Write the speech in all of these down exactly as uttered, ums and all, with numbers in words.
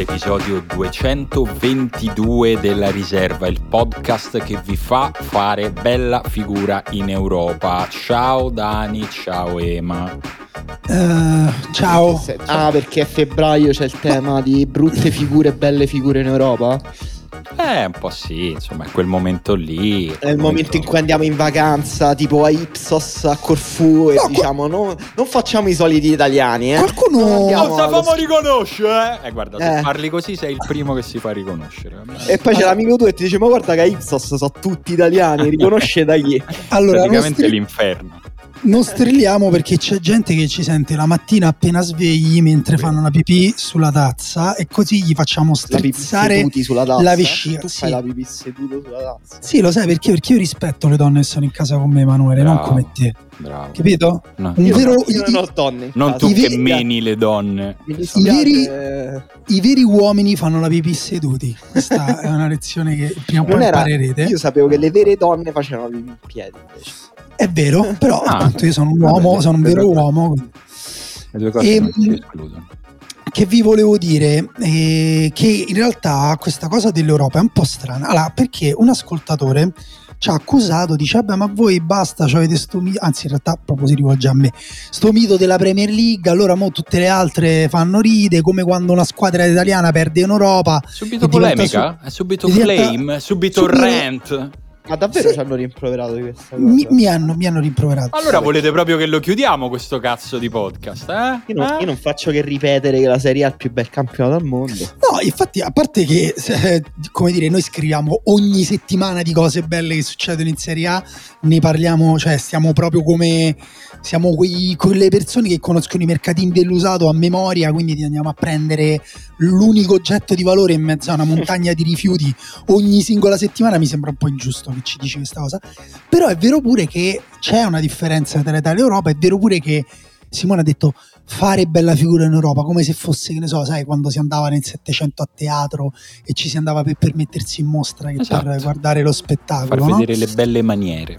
all'episodio duecentoventidue della Riserva, il podcast che vi fa fare bella figura in Europa. Ciao Dani, ciao Ema. Uh, ciao. Ah, perché a febbraio c'è il tema di brutte figure e belle figure in Europa? Eh, un po' sì, insomma, è quel momento lì. È il momento in cui andiamo in vacanza, tipo a Ipsos, a Corfù, e no, diciamo, qu- no, non facciamo i soliti italiani, eh. Qualcuno non sappiamo riconoscere, eh. Eh, guarda, se eh. parli così sei il primo che si fa riconoscere. E poi c'è l'amico tuo e ti dice, ma guarda che a Ipsos sono tutti italiani, riconosce da chi? Allora, praticamente nostri... l'inferno. Non strilliamo perché c'è gente che ci sente la mattina appena svegli mentre fanno la pipì sulla tazza e così gli facciamo strizzare sulla tazza. La vescica. Tu sì. fai la pipì seduto sulla tazza. Sì, lo sai perché? Perché io rispetto le donne che sono in casa con me, Emanuele, bravo, non come te. Bravo. Capito? No. Un io vero, no, io non ho donne. Non tu I che veri... meni le donne. I veri, I veri uomini fanno la pipì seduti. Questa è una lezione che prima o poi imparerete. Io sapevo che le vere donne facevano la pipì in piedi invece. È vero, però ah, appunto io sono un uomo, vabbè, sono un vero due, uomo. Le due cose e, non si escludono. Che vi volevo dire eh, che in realtà questa cosa dell'Europa è un po' strana. Allora, perché un ascoltatore ci ha accusato, dice vabbè ma voi basta, avete sto mito, anzi in realtà proprio si rivolge a me, sto mito della Premier League, allora mo tutte le altre fanno ride, come quando una squadra italiana perde in Europa. Subito polemica, su, è subito flame, subito, subito rant. Ma davvero sì. ci hanno rimproverato di questa cosa? Mi, mi, hanno, mi hanno rimproverato. Allora volete proprio che lo chiudiamo questo cazzo di podcast, eh? Io non, eh? io non faccio che ripetere che la Serie A è il più bel campionato al mondo. No, infatti, a parte che, eh, come dire, noi scriviamo ogni settimana di cose belle che succedono in Serie A, ne parliamo, cioè stiamo proprio come... Siamo quei, quelle persone che conoscono i mercatini dell'usato a memoria, quindi ti andiamo a prendere l'unico oggetto di valore in mezzo a una montagna di rifiuti ogni singola settimana. Mi sembra un po' ingiusto che ci dici questa cosa, però è vero pure che c'è una differenza tra l'Italia e l'Europa. È vero pure che Simone ha detto fare bella figura in Europa, come se fosse, che ne so, sai, quando si andava nel Settecento a teatro e ci si andava per, per mettersi in mostra che esatto. per guardare lo spettacolo, far no? vedere le belle maniere.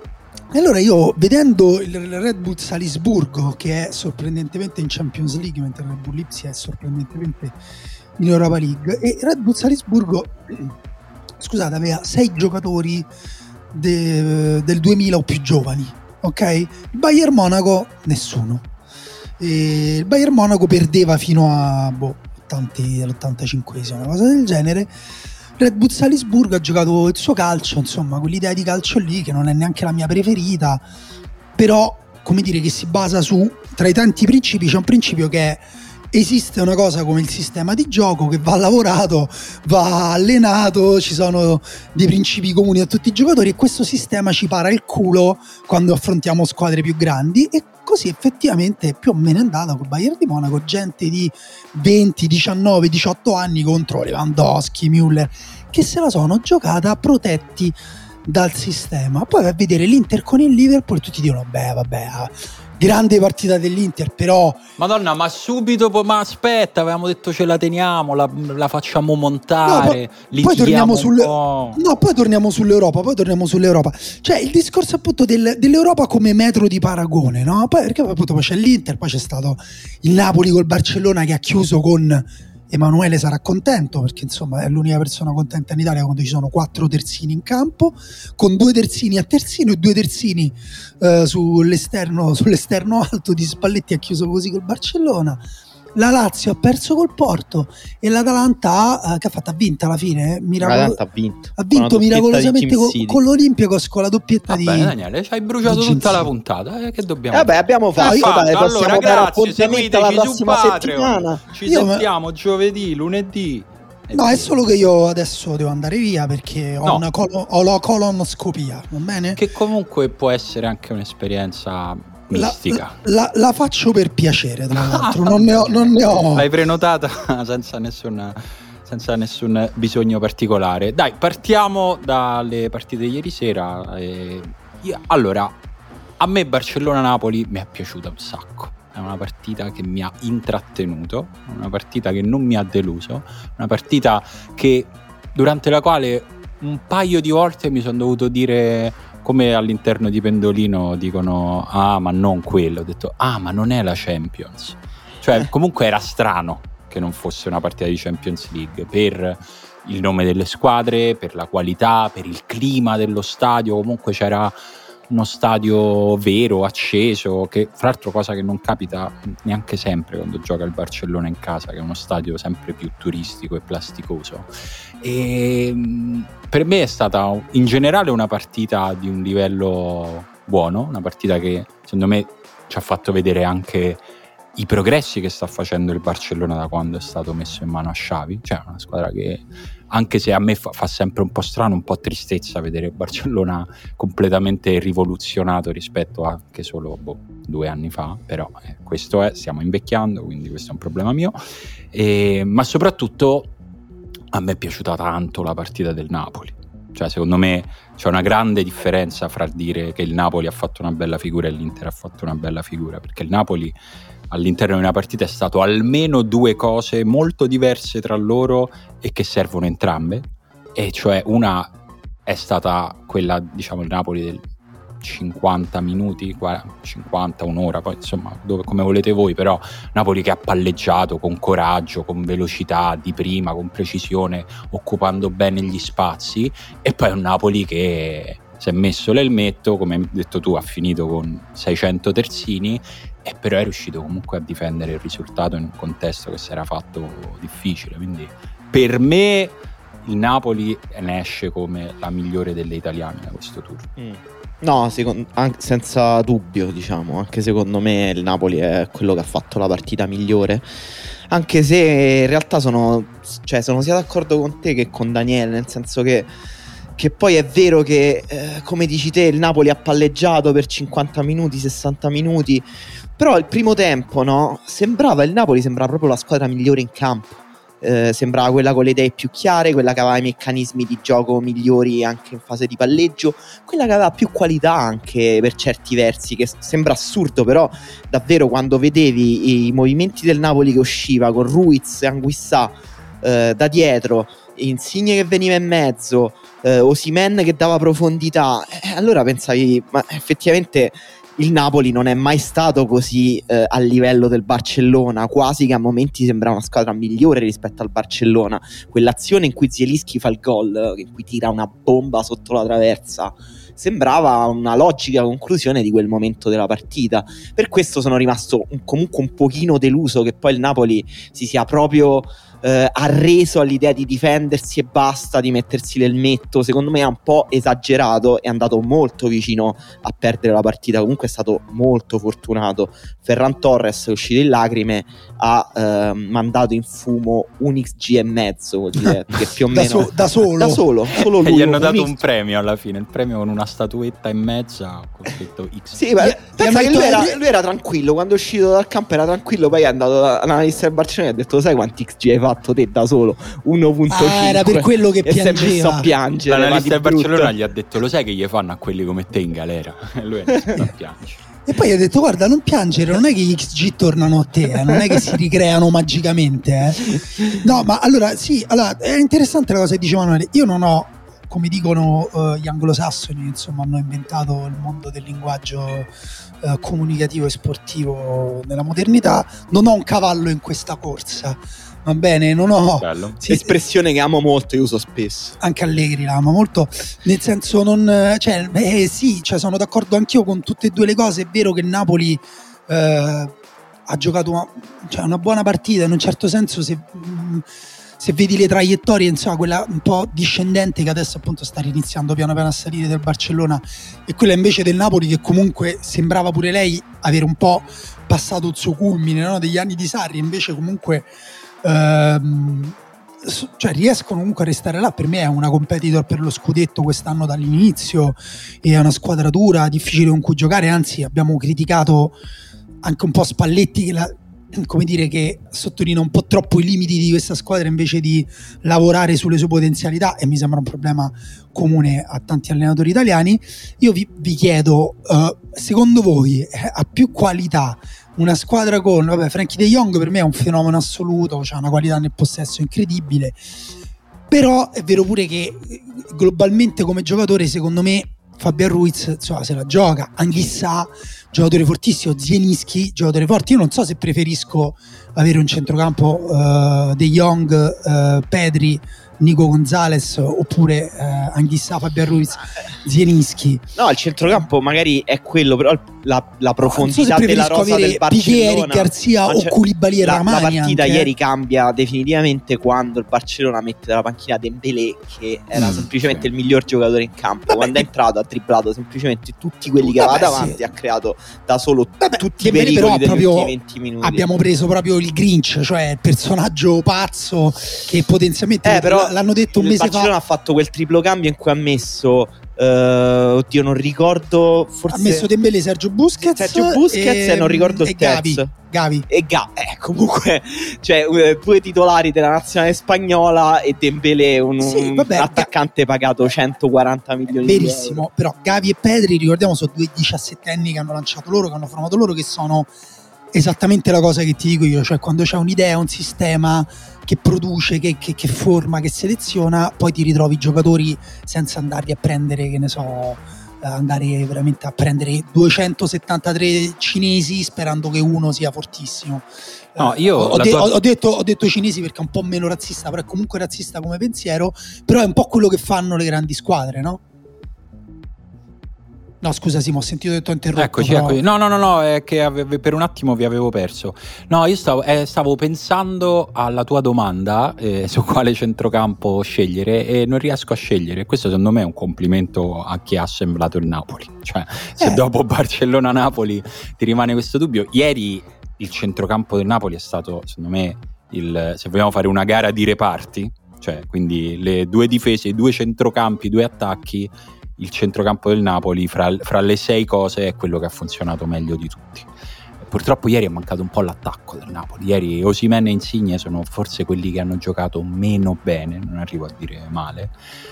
E allora io, vedendo il Red Bull Salisburgo, che è sorprendentemente in Champions League, mentre il Red Bull Lipsia è sorprendentemente in Europa League, e Red Bull Salisburgo, scusate, aveva sei giocatori de, del duemila o più giovani, ok? Il Bayern Monaco, nessuno. E il Bayern Monaco perdeva fino a boh, all'ottantacinquesimo, una cosa del genere. Red Bull Salisburgo ha giocato il suo calcio, insomma, quell'idea di calcio lì che non è neanche la mia preferita, però, come dire, che si basa su, tra i tanti principi c'è un principio che è: esiste una cosa come il sistema di gioco che va lavorato, va allenato, ci sono dei principi comuni a tutti i giocatori e questo sistema ci para il culo quando affrontiamo squadre più grandi. E così effettivamente più o meno è andata col Bayern di Monaco, gente di venti, diciannove, diciotto anni contro Lewandowski, Müller, che se la sono giocata protetti dal sistema. Poi vai a vedere l'Inter con il Liverpool e tutti dicono beh vabbè, grande partita dell'Inter, però Madonna, ma subito, ma aspetta, avevamo detto ce la teniamo, la, la facciamo montare, no, poi torniamo sulle... no, poi torniamo sull'Europa, poi torniamo sull'Europa. Cioè il discorso appunto del, dell'Europa come metro di paragone, no? Poi perché appunto poi c'è l'Inter, poi c'è stato il Napoli col Barcellona che ha chiuso con Emanuele sarà contento perché insomma è l'unica persona contenta in Italia quando ci sono quattro terzini in campo, con due terzini a terzino e due terzini eh, sull'esterno, sull'esterno alto di Spalletti. Ha chiuso così col Barcellona. La Lazio ha perso col Porto e l'Atalanta eh, che ha fatto ha vinto alla fine, miracolo... l'Atalanta ha vinto ha vinto miracolosamente con, con l'Olimpicos, con la doppietta. Vabbè, di Daniele, ci hai bruciato tutta la puntata, eh, che dobbiamo vabbè abbiamo fatto, fatto. Dai, allora grazie, seguiteci su Patreon, settimana. Ci Io sentiamo me... giovedì, lunedì. No, è solo che io adesso devo andare via perché ho, no. una colo- ho la colonoscopia, va bene? Che comunque può essere anche un'esperienza mistica. La, la, la faccio per piacere, tra l'altro, non ne ho, non ne ho. L'hai prenotata senza nessuna, senza nessun bisogno particolare. Dai, partiamo dalle partite di ieri sera. E... Allora, a me Barcellona-Napoli mi è piaciuta un sacco. È una partita che mi ha intrattenuto, una partita che non mi ha deluso, una partita che durante la quale un paio di volte mi sono dovuto dire, come all'interno di Pendolino dicono ah ma non quello, ho detto ah ma non è la Champions, cioè comunque era strano che non fosse una partita di Champions League, per il nome delle squadre, per la qualità, per il clima dello stadio. Comunque c'era uno stadio vero, acceso, che fra l'altro cosa che non capita neanche sempre quando gioca il Barcellona in casa, che è uno stadio sempre più turistico e plasticoso. E per me è stata in generale una partita di un livello buono, una partita che secondo me ci ha fatto vedere anche i progressi che sta facendo il Barcellona da quando è stato messo in mano a Xavi. Cioè una squadra che, anche se a me fa, fa sempre un po' strano, un po' tristezza vedere il Barcellona completamente rivoluzionato rispetto a che solo boh, due anni fa, però eh, questo è, stiamo invecchiando, quindi questo è un problema mio. E, ma soprattutto a me è piaciuta tanto la partita del Napoli. Cioè secondo me c'è una grande differenza fra dire che il Napoli ha fatto una bella figura e l'Inter ha fatto una bella figura, perché il Napoli all'interno di una partita è stato almeno due cose molto diverse tra loro e che servono entrambe, e cioè una è stata quella, diciamo, il Napoli del cinquanta minuti, cinquanta, un'ora, poi insomma dove, come volete voi, però Napoli che ha palleggiato con coraggio, con velocità di prima, con precisione, occupando bene gli spazi, e poi un Napoli che si è messo l'elmetto, come hai detto tu, ha finito con seicento terzini, e però è riuscito comunque a difendere il risultato in un contesto che si era fatto difficile. Quindi per me il Napoli ne esce come la migliore delle italiane da questo tour. Mm. No, secondo, anche, senza dubbio, diciamo, anche secondo me il Napoli è quello che ha fatto la partita migliore, anche se in realtà sono, cioè, sono sia d'accordo con te che con Daniele, nel senso che, che poi è vero che, eh, come dici te, il Napoli ha palleggiato per cinquanta minuti, sessanta minuti, però il primo tempo, no, sembrava, il Napoli sembrava proprio la squadra migliore in campo. Eh, sembrava quella con le idee più chiare, quella che aveva i meccanismi di gioco migliori anche in fase di palleggio, quella che aveva più qualità anche per certi versi, che sembra assurdo, però davvero quando vedevi i movimenti del Napoli che usciva con Ruiz e Anguissà eh, da dietro, Insigne che veniva in mezzo, eh, Osimhen che dava profondità, eh, allora pensavi, ma effettivamente il Napoli non è mai stato così eh, a livello del Barcellona, quasi che a momenti sembra una squadra migliore rispetto al Barcellona. Quell'azione in cui Zielinski fa il gol, in cui tira una bomba sotto la traversa, sembrava una logica conclusione di quel momento della partita. Per questo sono rimasto un, comunque un pochino deluso che poi il Napoli si sia proprio eh, arreso all'idea di difendersi e basta, di mettersi l'elmetto. Secondo me è un po' esagerato, è andato molto vicino a perdere la partita. Comunque è stato molto fortunato. Ferran Torres, uscito in lacrime, ha eh, mandato in fumo un X G e mezzo, vuol dire che più o da meno so- da solo da solo, solo lui. E gli hanno dato un, un premio alla fine, il premio con una statuetta in mezza con scritto X. Sì, ma pensa che lui era, lui era tranquillo quando è uscito dal campo, era tranquillo, poi è andato all'analista del Barcellona e ha detto: sai quanti X G hai fatto te da solo? uno virgola cinque. Ah, era per quello che e piangeva. si è messo a piangere. L'analista del Barcellona gli ha detto: lo sai che gli fanno a quelli come te in galera? E lui è iniziato a piangere. E poi ha detto: guarda, non piangere, non è che gli X G tornano a te, eh, non è che si ricreano magicamente, eh. No, ma allora sì, allora è interessante la cosa che dice Manuele. Io non ho, come dicono uh, gli anglosassoni, insomma, hanno inventato il mondo del linguaggio uh, comunicativo e sportivo nella modernità, non ho un cavallo in questa corsa. Va bene, non ho sì, espressione che amo molto, io uso spesso. Anche Allegri la amo molto, nel senso non, cioè, eh, sì, cioè sono d'accordo anch'io con tutte e due le cose. È vero che il Napoli eh, ha giocato una, cioè una buona partita, in un certo senso, se, se vedi le traiettorie, insomma, quella un po' discendente che adesso appunto sta iniziando piano piano a salire del Barcellona, e quella invece del Napoli che comunque sembrava pure lei avere un po' passato il suo culmine, no? Degli anni di Sarri, invece comunque Ehm, cioè riescono comunque a restare là. Per me è una competitor per lo scudetto quest'anno dall'inizio, e è una squadra dura, difficile con cui giocare. Anzi, abbiamo criticato anche un po' Spalletti che la, come dire, che sottolinea un po' troppo i limiti di questa squadra invece di lavorare sulle sue potenzialità, e mi sembra un problema comune a tanti allenatori italiani. Io vi, vi chiedo, uh, secondo voi eh, ha più qualità una squadra con, vabbè, Frankie De Jong per me è un fenomeno assoluto, c'ha una qualità nel possesso incredibile, però è vero pure che globalmente come giocatore secondo me Fabian Ruiz insomma se la gioca, Anghissà giocatore fortissimo, Zielinski giocatore forte. Io non so se preferisco avere un centrocampo uh, De Jong, uh, Pedri, Nico Gonzalez oppure eh, Anghissà, Fabian Ruiz, Zielinski. No, il centrocampo magari è quello, però la, la profondità so della rosa del Barcellona, Piqué, Garzia o Koulibaly e la, Ramani. La partita anche. ieri cambia definitivamente quando il Barcellona mette dalla panchina Dembélé, che era mm, semplicemente sì. il miglior giocatore in campo. Vabbè, quando è entrato ha dribblato semplicemente tutti quelli che aveva davanti, sì. ha creato da solo Vabbè, tutti Dembélé i pericoli degli ultimi venti minuti. Abbiamo preso proprio il Grinch, cioè il personaggio pazzo che potenzialmente eh, però l'hanno detto un mese fa. Il Barcellona ha fatto quel triplo cambio in cui ha messo uh, oddio non ricordo forse ha messo Dembélé, Sergio Busquets Sergio Busquets e, e non ricordo il Gavi, terzo Gavi e Gavi eh, comunque cioè due titolari della nazionale spagnola e Dembélé un, sì, vabbè, un attaccante Ga- pagato centoquaranta milioni verissimo, di euro. Però Gavi e Pedri, ricordiamo, sono due diciassettenni che hanno lanciato loro, che hanno formato loro, che sono esattamente la cosa che ti dico io, cioè quando c'è un'idea, un sistema che produce, che, che, che forma, che seleziona, poi ti ritrovi i giocatori senza andarli a prendere, che ne so, andare veramente a prendere duecentosettantatré cinesi sperando che uno sia fortissimo. No, io ho, de- tua... ho, detto, ho detto cinesi perché è un po' meno razzista, però è comunque razzista come pensiero, però è un po' quello che fanno le grandi squadre, no? No, scusa Simo, ho sentito che ti ho interrotto. Eccoci, però... eccoci. No, no, no, no, è che ave- per un attimo vi avevo perso. No, io stavo, eh, stavo pensando alla tua domanda eh, su quale centrocampo scegliere e non riesco a scegliere. Questo secondo me è un complimento a chi ha assemblato il Napoli. Cioè, se eh. dopo Barcellona-Napoli ti rimane questo dubbio. Ieri il centrocampo del Napoli è stato, secondo me, il, se vogliamo fare una gara di reparti, cioè quindi le due difese, i due centrocampi, i due attacchi, il centrocampo del Napoli fra, fra le sei cose è quello che ha funzionato meglio di tutti. Purtroppo ieri è mancato un po' l'attacco del Napoli. Ieri Osimhen e Insigne sono forse quelli che hanno giocato meno bene, non arrivo a dire male,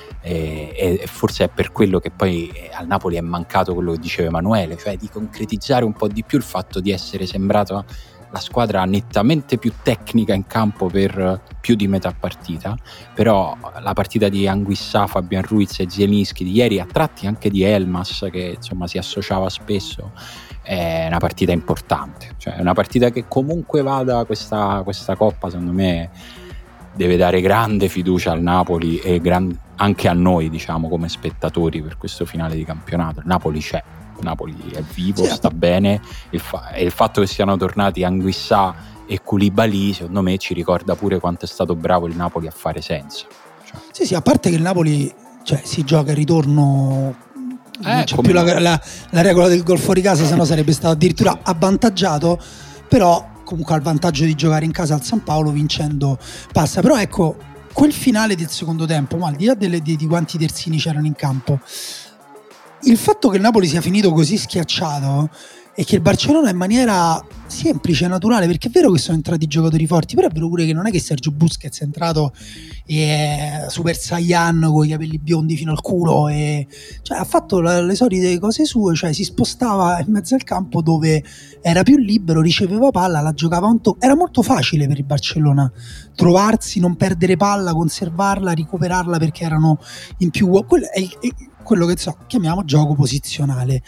e, e forse è per quello che poi al Napoli è mancato quello che diceva Emanuele, cioè di concretizzare un po' di più il fatto di essere sembrato la squadra nettamente più tecnica in campo per più di metà partita. Però la partita di Anguissà, Fabian Ruiz e Zielinski di ieri, a tratti anche di Elmas, che insomma si associava spesso, è una partita importante, cioè è una partita che comunque vada questa, questa Coppa, secondo me deve dare grande fiducia al Napoli e gran, anche a noi, diciamo, come spettatori per questo finale di campionato. Il Napoli c'è, Napoli è vivo, sì, sta bene, il fa- e il fatto che siano tornati Anguissà e Koulibaly secondo me ci ricorda pure quanto è stato bravo il Napoli a fare senza, cioè. Sì sì, a parte che il Napoli, cioè, si gioca il ritorno, eh, non c'è più no. la, la, la regola del gol fuori casa, sennò sarebbe stato addirittura avvantaggiato, però comunque ha il vantaggio di giocare in casa al San Paolo, vincendo passa. Però ecco, quel finale del secondo tempo, ma al di là delle, di, di quanti terzini c'erano in campo, il fatto che il Napoli sia finito così schiacciato e che il Barcellona in maniera semplice e naturale, perché è vero che sono entrati giocatori forti, però è vero pure che non è che Sergio Busquets è entrato e è Super Saiyan con i capelli biondi fino al culo, e cioè ha fatto le, le solite cose sue, cioè si spostava in mezzo al campo dove era più libero, riceveva palla, la giocava un tocco. Era molto facile per il Barcellona trovarsi, non perdere palla, conservarla, recuperarla, perché erano in più. Quello è, è quello che so, chiamiamo gioco posizionale.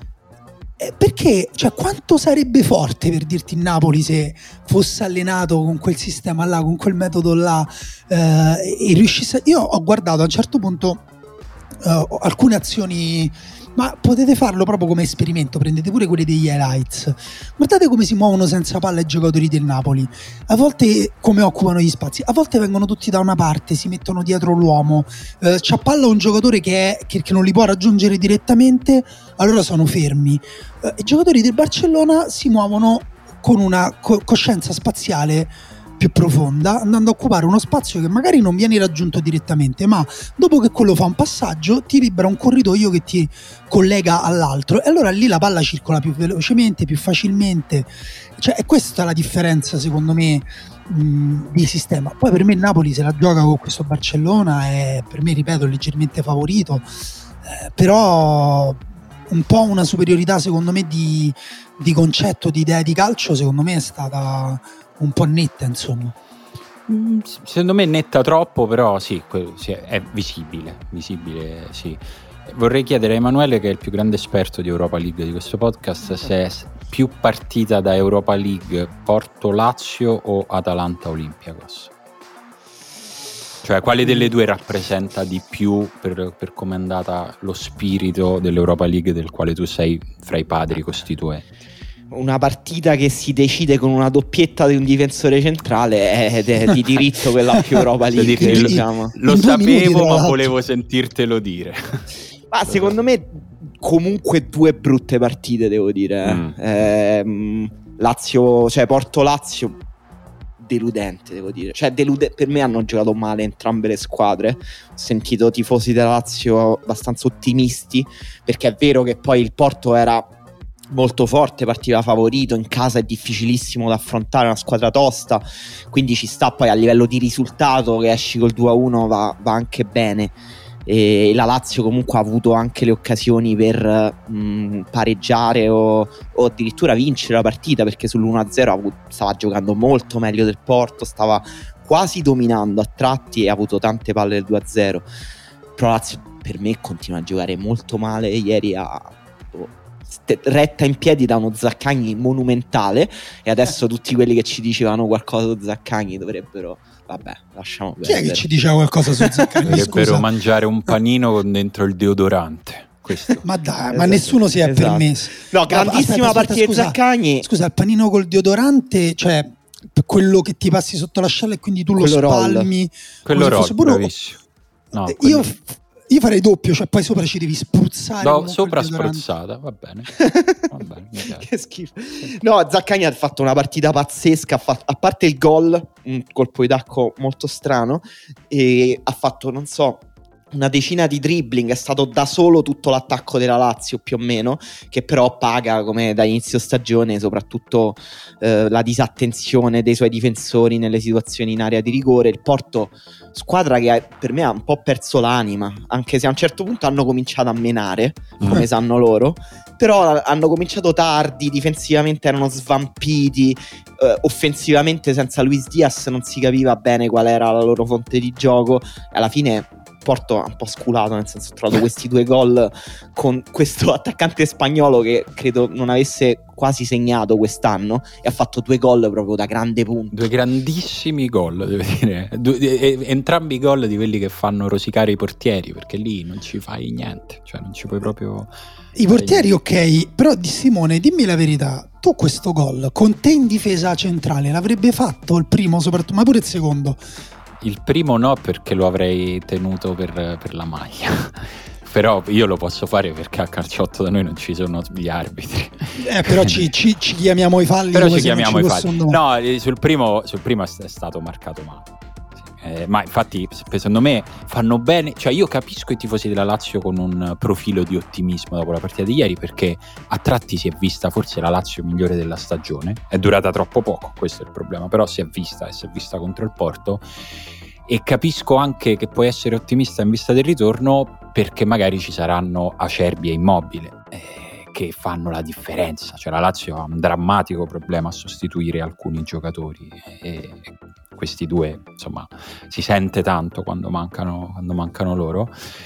Eh, perché, cioè, quanto sarebbe forte, per dirti, il Napoli se fosse allenato con quel sistema là, con quel metodo là, eh, e riuscisse. Io ho guardato a un certo punto eh, alcune azioni, ma potete farlo proprio come esperimento, prendete pure quelle degli highlights, guardate come si muovono senza palla i giocatori del Napoli, a volte come occupano gli spazi, a volte vengono tutti da una parte, si mettono dietro l'uomo, eh, c'ha palla un giocatore che, è, che, che non li può raggiungere direttamente, allora sono fermi. Eh, i giocatori del Barcellona si muovono con una co- coscienza spaziale più profonda, andando a occupare uno spazio che magari non viene raggiunto direttamente, ma dopo che quello fa un passaggio ti libera un corridoio che ti collega all'altro, e allora lì la palla circola più velocemente, più facilmente. Cioè è questa la differenza, secondo me, mh, di sistema. Poi per me il Napoli se la gioca con questo Barcellona, è per me, ripeto, leggermente favorito, eh, però un po' una superiorità, secondo me, di, di concetto, di idea di calcio, secondo me è stata un po' netta, insomma. Secondo me netta troppo, però sì, sì, è visibile, visibile, sì. Vorrei chiedere a Emanuele, che è il più grande esperto di Europa League di questo podcast, se è più partita da Europa League Porto-Lazio o Atalanta-Olympiacos. Cioè, quale delle due rappresenta di più per, per come è andata lo spirito dell'Europa League del quale tu sei fra i padri costituenti? Una partita che si decide con una doppietta di un difensore centrale è, è di diritto quella più Europa League, Cioè, in- diciamo. Lo in due minuti, sapevo, tra ma l'altro. volevo sentirtelo dire. Ma secondo me comunque due brutte partite, devo dire. eh. Mm. Ehm, Lazio, cioè Porto-Lazio deludente, devo dire. Cioè delude- per me hanno giocato male entrambe le squadre. Ho sentito tifosi della Lazio abbastanza ottimisti, perché è vero che poi il Porto era molto forte, partiva favorito, in casa è difficilissimo da affrontare, una squadra tosta, quindi ci sta. Poi a livello di risultato, che esci col due a uno va, va anche bene, e la Lazio comunque ha avuto anche le occasioni per mh, pareggiare o, o addirittura vincere la partita, perché sull'uno a zero ha avuto, stava giocando molto meglio del Porto, stava quasi dominando a tratti e ha avuto tante palle del due a zero. Però la Lazio per me continua a giocare molto male. Ieri ha retta in piedi da uno Zaccagni monumentale, e adesso tutti quelli che ci dicevano qualcosa su Zaccagni dovrebbero, vabbè, lasciamo Chi è perdere. che ci diceva qualcosa su Zaccagni? Dovrebbero Scusa. mangiare un panino con dentro il deodorante. Questo. Ma dai, ma Esatto, nessuno si è esatto. permesso. No, grandissima Aspetta, aspetta, partita di scusa. Zaccagni. Scusa, il panino col deodorante, cioè quello che ti passi sotto l'ascella e quindi tu Quello lo roll. spalmi. Quello come se roll, fosse pure- bravissimo. No, Eh, quello- io, io farei doppio, cioè poi sopra ci devi spruzzare. No, comunque sopra il deodorante. spruzzata, va bene. Va bene, mi piace. Che schifo. No, Zaccagni ha fatto una partita pazzesca, ha fatto, a parte il gol, un colpo di tacco molto strano, e ha fatto, non so, una decina di dribbling, è stato da solo tutto l'attacco della Lazio più o meno, che però paga come da inizio stagione, soprattutto eh, la disattenzione dei suoi difensori nelle situazioni in area di rigore. Il Porto, squadra che ha- per me ha un po' perso l'anima, anche se a un certo punto hanno cominciato a menare, come sanno loro, però hanno cominciato tardi, difensivamente erano svampiti, eh, offensivamente senza Luis Diaz non si capiva bene qual era la loro fonte di gioco, e alla fine Porto ha un po' sculato, nel senso ha trovato questi due gol con questo attaccante spagnolo che credo non avesse quasi segnato quest'anno, e ha fatto due gol proprio da grande punto. Due grandissimi gol, devo dire. Due- e- e- entrambi i gol di quelli che fanno rosicare i portieri, perché lì non ci fai niente, cioè non ci puoi proprio. I portieri ok, però di Simone, dimmi la verità, tu questo gol con te in difesa centrale l'avrebbe fatto il primo soprattutto, ma pure il secondo? Il primo no, perché lo avrei tenuto per, per la maglia. Però io lo posso fare perché a calciotto da noi non ci sono gli arbitri. Eh, però ci, ci- ci chiamiamo i falli Però come ci se non chiamiamo i fosse un falli. domani. No, eh, sul primo, sul primo è st- è stato marcato male. Sì. Eh, ma infatti, secondo me fanno bene. Cioè, io capisco i tifosi della Lazio con un profilo di ottimismo dopo la partita di ieri, perché a tratti si è vista forse la Lazio migliore della stagione. È durata troppo poco, questo è il problema. Però si è vista e si è vista contro il Porto. E capisco anche che puoi essere ottimista in vista del ritorno, perché magari ci saranno Acerbi e Immobile eh, che fanno la differenza. Cioè la Lazio ha un drammatico problema a sostituire alcuni giocatori, e questi due insomma si sente tanto quando mancano, quando mancano loro.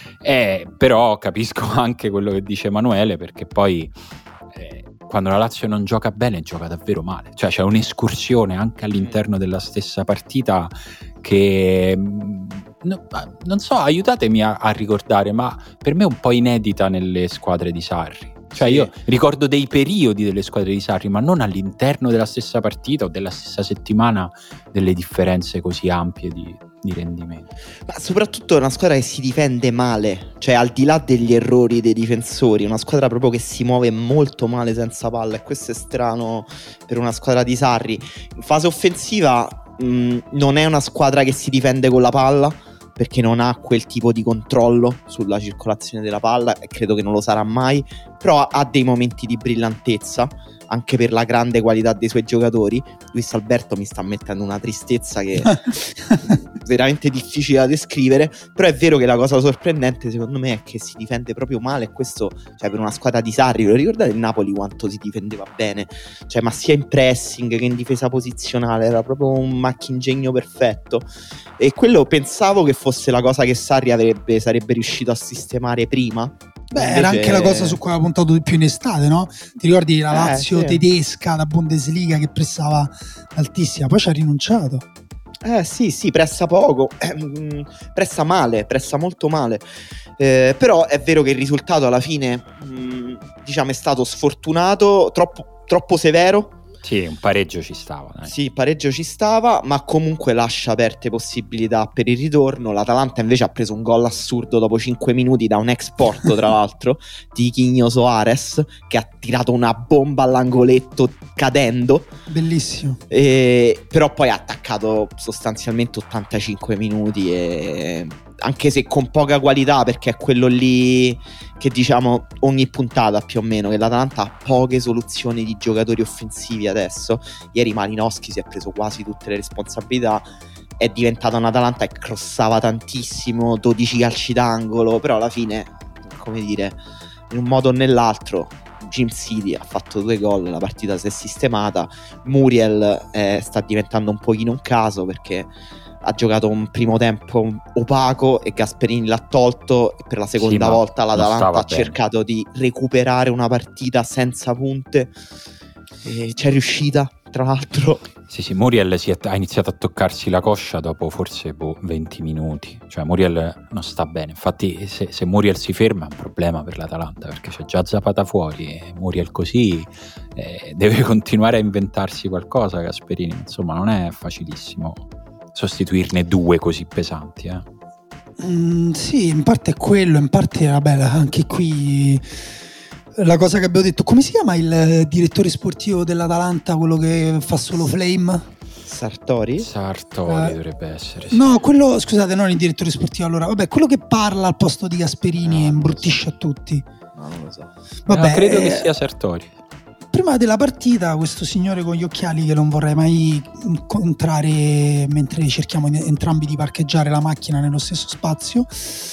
Eh, però capisco anche quello che dice Emanuele, perché poi eh, quando la Lazio non gioca bene gioca davvero male, cioè c'è un'escursione anche all'interno della stessa partita che no, non so, aiutatemi a, a ricordare, ma per me è un po' inedita nelle squadre di Sarri. Cioè io ricordo dei periodi delle squadre di Sarri, ma non all'interno della stessa partita o della stessa settimana delle differenze così ampie di, di rendimento. Ma soprattutto è una squadra che si difende male, cioè al di là degli errori dei difensori, è una squadra proprio che si muove molto male senza palla, e questo è strano per una squadra di Sarri. In fase offensiva mh, non è una squadra che si difende con la palla, perché non ha quel tipo di controllo sulla circolazione della palla, e credo che non lo sarà mai, però ha, ha dei momenti di brillantezza, anche per la grande qualità dei suoi giocatori. Luis Alberto mi sta mettendo una tristezza che è veramente difficile da descrivere, però è vero che la cosa sorprendente secondo me è che si difende proprio male, e questo, cioè, per una squadra di Sarri, lo ricordate il Napoli quanto si difendeva bene, cioè, ma sia in pressing che in difesa posizionale, era proprio un macchingegno perfetto, e quello pensavo che fosse la cosa che Sarri avrebbe, sarebbe riuscito a sistemare prima. Beh, invece... era anche la cosa su cui aveva puntato di più in estate, no? Ti ricordi la Lazio eh, sì. tedesca, la Bundesliga che pressava altissima, poi ci ha rinunciato. Eh sì, sì, pressa poco, eh, pressa male, pressa molto male, eh, però è vero che il risultato alla fine, mh, diciamo, è stato sfortunato, troppo, troppo severo. Sì, un pareggio ci stava, dai. Sì, pareggio ci stava, ma comunque lascia aperte possibilità per il ritorno. L'Atalanta invece ha preso un gol assurdo dopo cinque minuti da un ex Porto, tra l'altro, di Quinho Soares, che ha tirato una bomba all'angoletto cadendo. Bellissimo. E, però poi ha attaccato sostanzialmente ottantacinque minuti, e anche se con poca qualità, perché è quello lì che diciamo ogni puntata più o meno, che l'Atalanta ha poche soluzioni di giocatori offensivi adesso. Ieri Malinowski si è preso quasi tutte le responsabilità, è diventata un'Atalanta che crossava tantissimo, dodici calci d'angolo, però alla fine, come dire, in un modo o nell'altro Jim City ha fatto due gol, la partita si è sistemata. Muriel eh, sta diventando un pochino un caso, perché ha giocato un primo tempo opaco e Gasperini l'ha tolto, e per la seconda sì, volta l'Atalanta ha bene. cercato di recuperare una partita senza punte, e c'è riuscita, tra l'altro. Sì, sì, Muriel si è, ha iniziato a toccarsi la coscia dopo forse boh, venti minuti. Cioè Muriel non sta bene. Infatti se, se Muriel si ferma è un problema per l'Atalanta, perché c'è già Zapata fuori e Muriel così eh, deve continuare a inventarsi qualcosa. Gasperini, insomma, non è facilissimo sostituirne due così pesanti, eh. Mm, sì, in parte è quello, in parte vabbè, anche qui la cosa che abbiamo detto. Come si chiama il direttore sportivo dell'Atalanta, quello che fa solo Flame? Sartori? Sartori Eh, dovrebbe essere, sì. No, quello, scusate, non il direttore sportivo, allora vabbè, quello che parla al posto di Gasperini No, e imbruttisce a tutti. No, non lo so. Vabbè, No, credo che eh, sia Sartori. prima della partita questo signore con gli occhiali, che non vorrei mai incontrare mentre cerchiamo entrambi di parcheggiare la macchina nello stesso spazio,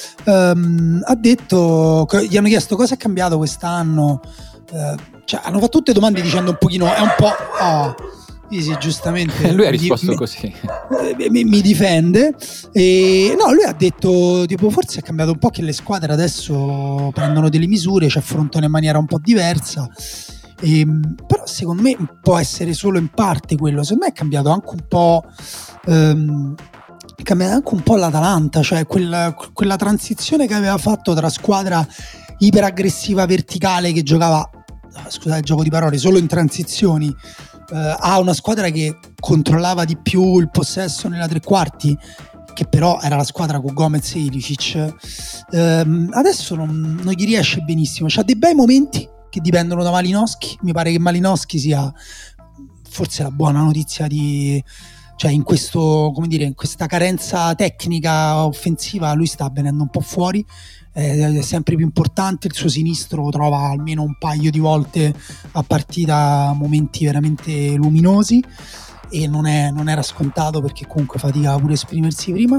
um, ha detto, gli hanno chiesto cosa è cambiato quest'anno, uh, cioè hanno fatto tutte domande dicendo un pochino, è un po' oh, sì, sì, giustamente. Lui ha risposto mi, così. Mi, mi difende. E no, lui ha detto tipo forse è cambiato un po', che le squadre adesso prendono delle misure, ci affrontano in maniera un po' diversa. E, però secondo me può essere solo in parte quello. Secondo me è cambiato anche un po' ehm, è cambiato anche un po' l'Atalanta, cioè quella, quella transizione che aveva fatto tra squadra iperaggressiva verticale che giocava, scusate il gioco di parole, solo in transizioni, eh, a una squadra che controllava di più il possesso nella tre quarti, che però era la squadra con Gomez e Ilicic. Ehm, adesso non, non gli riesce benissimo, c'ha dei bei momenti che dipendono da Malinowski. Mi pare che Malinowski sia forse la buona notizia di, cioè in questo, come dire, in questa carenza tecnica offensiva lui sta venendo un po' fuori, eh, è sempre più importante. Il suo sinistro trova almeno un paio di volte a partita momenti veramente luminosi, e non, è, non era scontato, perché comunque fatica pure a esprimersi prima.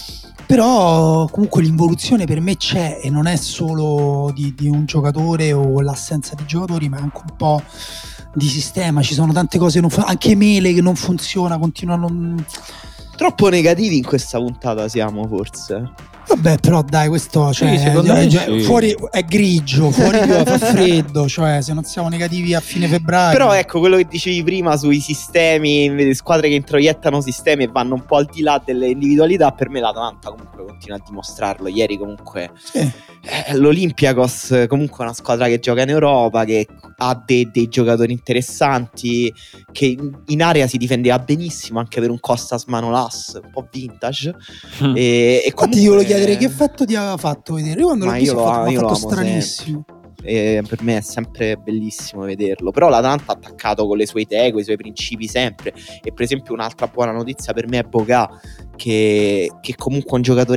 Però comunque l'involuzione per me c'è, e non è solo di, di un giocatore o l'assenza di giocatori, ma anche un po' di sistema. Ci sono tante cose, non fun- anche Mele che non funziona, continua a non... Troppo negativi in questa puntata siamo, forse. Vabbè, però dai, questo, cioè, Sì, secondo me cioè, sì. fuori è grigio, fuori fa freddo, cioè se non siamo negativi a fine febbraio. Però ecco, quello che dicevi prima sui sistemi, squadre che introiettano sistemi e vanno un po' al di là delle individualità, per me l'Atalanta comunque continua a dimostrarlo. Ieri comunque sì. eh, l'Olympiakos comunque è una squadra che gioca in Europa, che ha dei, dei giocatori interessanti, che in area si difendeva benissimo anche per un Costas Manolas un po' vintage. Mm. e, e Infatti comunque... io volevo chiedere che effetto ti aveva fatto vedere. Io quando Ma l'ho visto io ho lo- fatto, mi io ha lo fatto amo stranissimo. E per me è sempre bellissimo vederlo. Però l'Atalanta ha attaccato con le sue idee, con i suoi principi sempre. E per esempio un'altra buona notizia per me è Boga, che, che comunque è un giocatore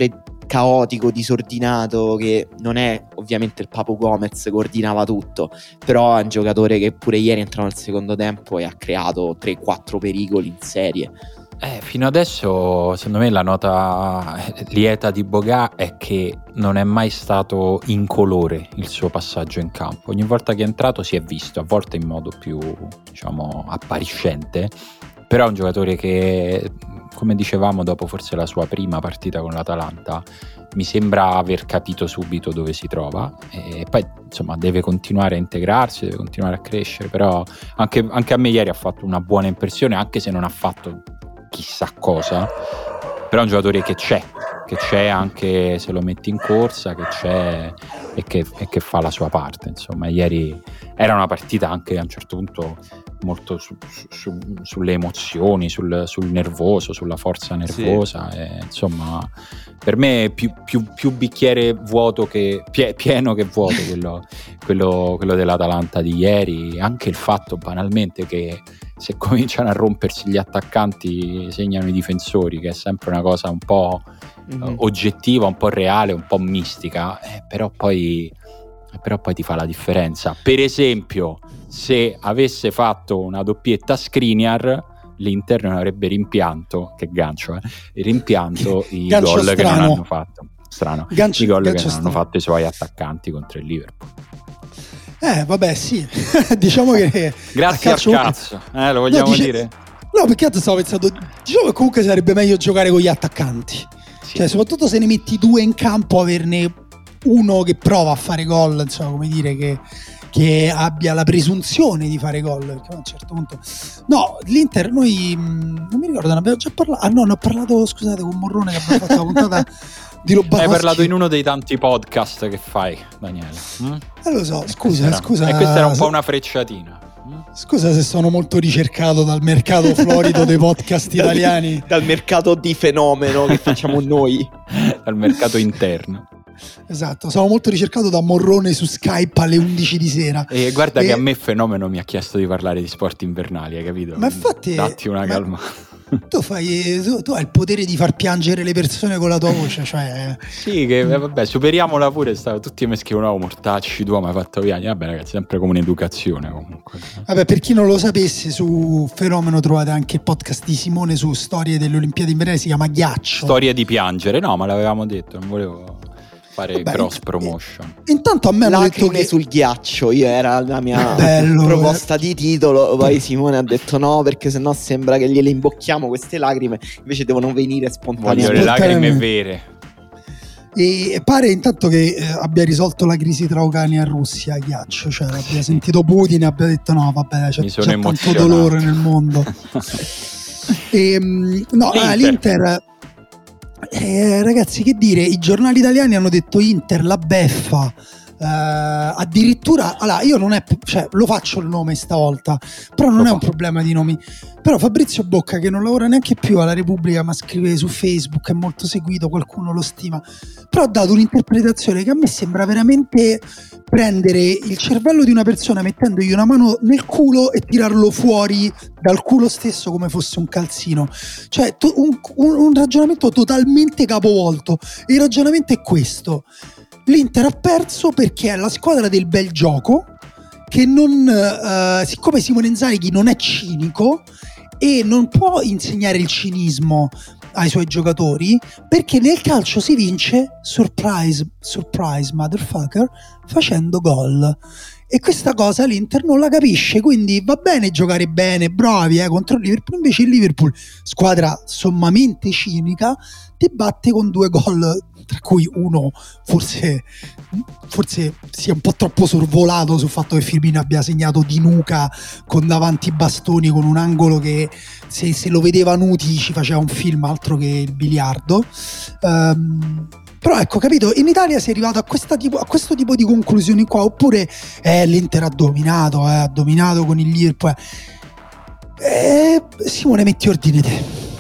caotico, disordinato, che non è ovviamente il Papu Gomez che ordinava tutto, però è un giocatore che pure ieri è entrato nel secondo tempo e ha creato tre quattro pericoli in serie. Eh, fino adesso secondo me la nota lieta di Boga è che non è mai stato incolore il suo passaggio in campo. Ogni volta che è entrato si è visto, a volte in modo più, diciamo, appariscente, però è un giocatore che, come dicevamo dopo forse la sua prima partita con l'Atalanta, mi sembra aver capito subito dove si trova, e poi insomma deve continuare a integrarsi, deve continuare a crescere, però anche, anche a me ieri ha fatto una buona impressione, anche se non ha fatto chissà cosa, però è un giocatore che c'è, che c'è anche se lo metti in corsa, che c'è e che, e che fa la sua parte. Insomma, ieri era una partita anche a un certo punto molto su, su, sulle emozioni, sul, sul nervoso, sulla forza nervosa, sì. E, insomma, per me più, più, più bicchiere vuoto che pie, pieno che vuoto quello, quello, quello dell'Atalanta di ieri. Anche il fatto banalmente che se cominciano a rompersi gli attaccanti segnano i difensori, che è sempre una cosa un po' mm-hmm. oggettiva, un po' reale, un po' mistica, eh, però poi però poi ti fa la differenza. Per esempio, se avesse fatto una doppietta Skriniar, l'Inter non avrebbe rimpianto, che gancio, eh, rimpianto i gol strano. Che non hanno fatto. Strano. Gancio, i gol che non strano. hanno fatto i suoi attaccanti contro il Liverpool. Eh, vabbè, sì. Diciamo che grazie al cazzo, eh, lo vogliamo no, dice... dire? No, perché stavo pensando, diciamo che comunque sarebbe meglio giocare con gli attaccanti. Sì. Cioè, soprattutto se ne metti due in campo, averne uno che prova a fare gol, insomma, come dire, che, che abbia la presunzione di fare gol, perché a un certo punto no, l'Inter noi non mi ricordo, ne abbiamo già parlato, ah no, ne ho parlato, scusate, con Morrone, che abbiamo fatto la puntata di Lobanovsky. Hai parlato in uno dei tanti podcast che fai, Daniele. Mm? Eh, lo so, scusa, scusa. E questa era un po' una frecciatina. Scusa se sono molto ricercato dal mercato florido dei podcast italiani. Dal mercato di fenomeno che facciamo noi. Dal mercato interno. Esatto, sono molto ricercato da Morrone su Skype alle undici di sera. E guarda e... che a me Fenomeno mi ha chiesto di parlare di sport invernali, hai capito? Ma infatti datti una ma... calma. Tu, fai, tu, tu hai il potere di far piangere le persone con la tua voce, cioè... Sì, che vabbè, superiamola pure, stavo, tutti mi scrivono oh, mortacci, tu mi hai fatto piangere. Vabbè ragazzi, sempre come un'educazione comunque. Vabbè, per chi non lo sapesse, su Fenomeno trovate anche il podcast di Simone su storie delle Olimpiadi invernali, si chiama Ghiaccio. Storia di piangere, no, ma l'avevamo detto, non volevo fare Vabbè, cross promotion. Intanto a me hanno detto che sul ghiaccio, io era la mia bello, proposta eh. di titolo, poi Simone ha detto no perché sennò sembra che gliele imbocchiamo queste lacrime, invece devono venire spontaneamente. Voglio le lacrime vere. E pare intanto che eh, abbia risolto la crisi tra Ucraina e Russia, Ghiaccio, cioè abbia sentito Putin e abbia detto no vabbè c'è, c'è tanto dolore nel mondo. e, no, l'Inter, ah, l'Inter Eh, ragazzi, che dire, i giornali italiani hanno detto Inter la beffa, eh, addirittura allora io non è, cioè lo faccio il nome stavolta, però non lo è fa. un problema di nomi, però Fabrizio Bocca, che non lavora neanche più alla Repubblica ma scrive su Facebook, è molto seguito, qualcuno lo stima, però ha dato un'interpretazione che a me sembra veramente prendere il cervello di una persona mettendogli una mano nel culo e tirarlo fuori dal culo stesso come fosse un calzino, cioè to- un, un, un ragionamento totalmente capovolto. Il ragionamento è questo: l'Inter ha perso perché è la squadra del bel gioco, che non uh, siccome Simone Inzaghi non è cinico e non può insegnare il cinismo ai suoi giocatori, perché nel calcio si vince surprise, surprise motherfucker, facendo gol. E questa cosa l'Inter non la capisce, quindi va bene giocare bene, bravi eh, contro il Liverpool, invece il Liverpool, squadra sommamente cinica, ti batte con due gol, tra cui uno forse forse sia un po' troppo sorvolato sul fatto che Firmino abbia segnato di nuca con davanti i bastoni, con un angolo che se, se lo vedeva Nuti ci faceva un film, altro che il biliardo. Um, però ecco, capito, in Italia si è arrivato a, questa tipo, a questo tipo di conclusioni qua, oppure eh, l'Inter ha dominato, eh, ha dominato con il Liverpool. Eh, Simone, metti ordine te.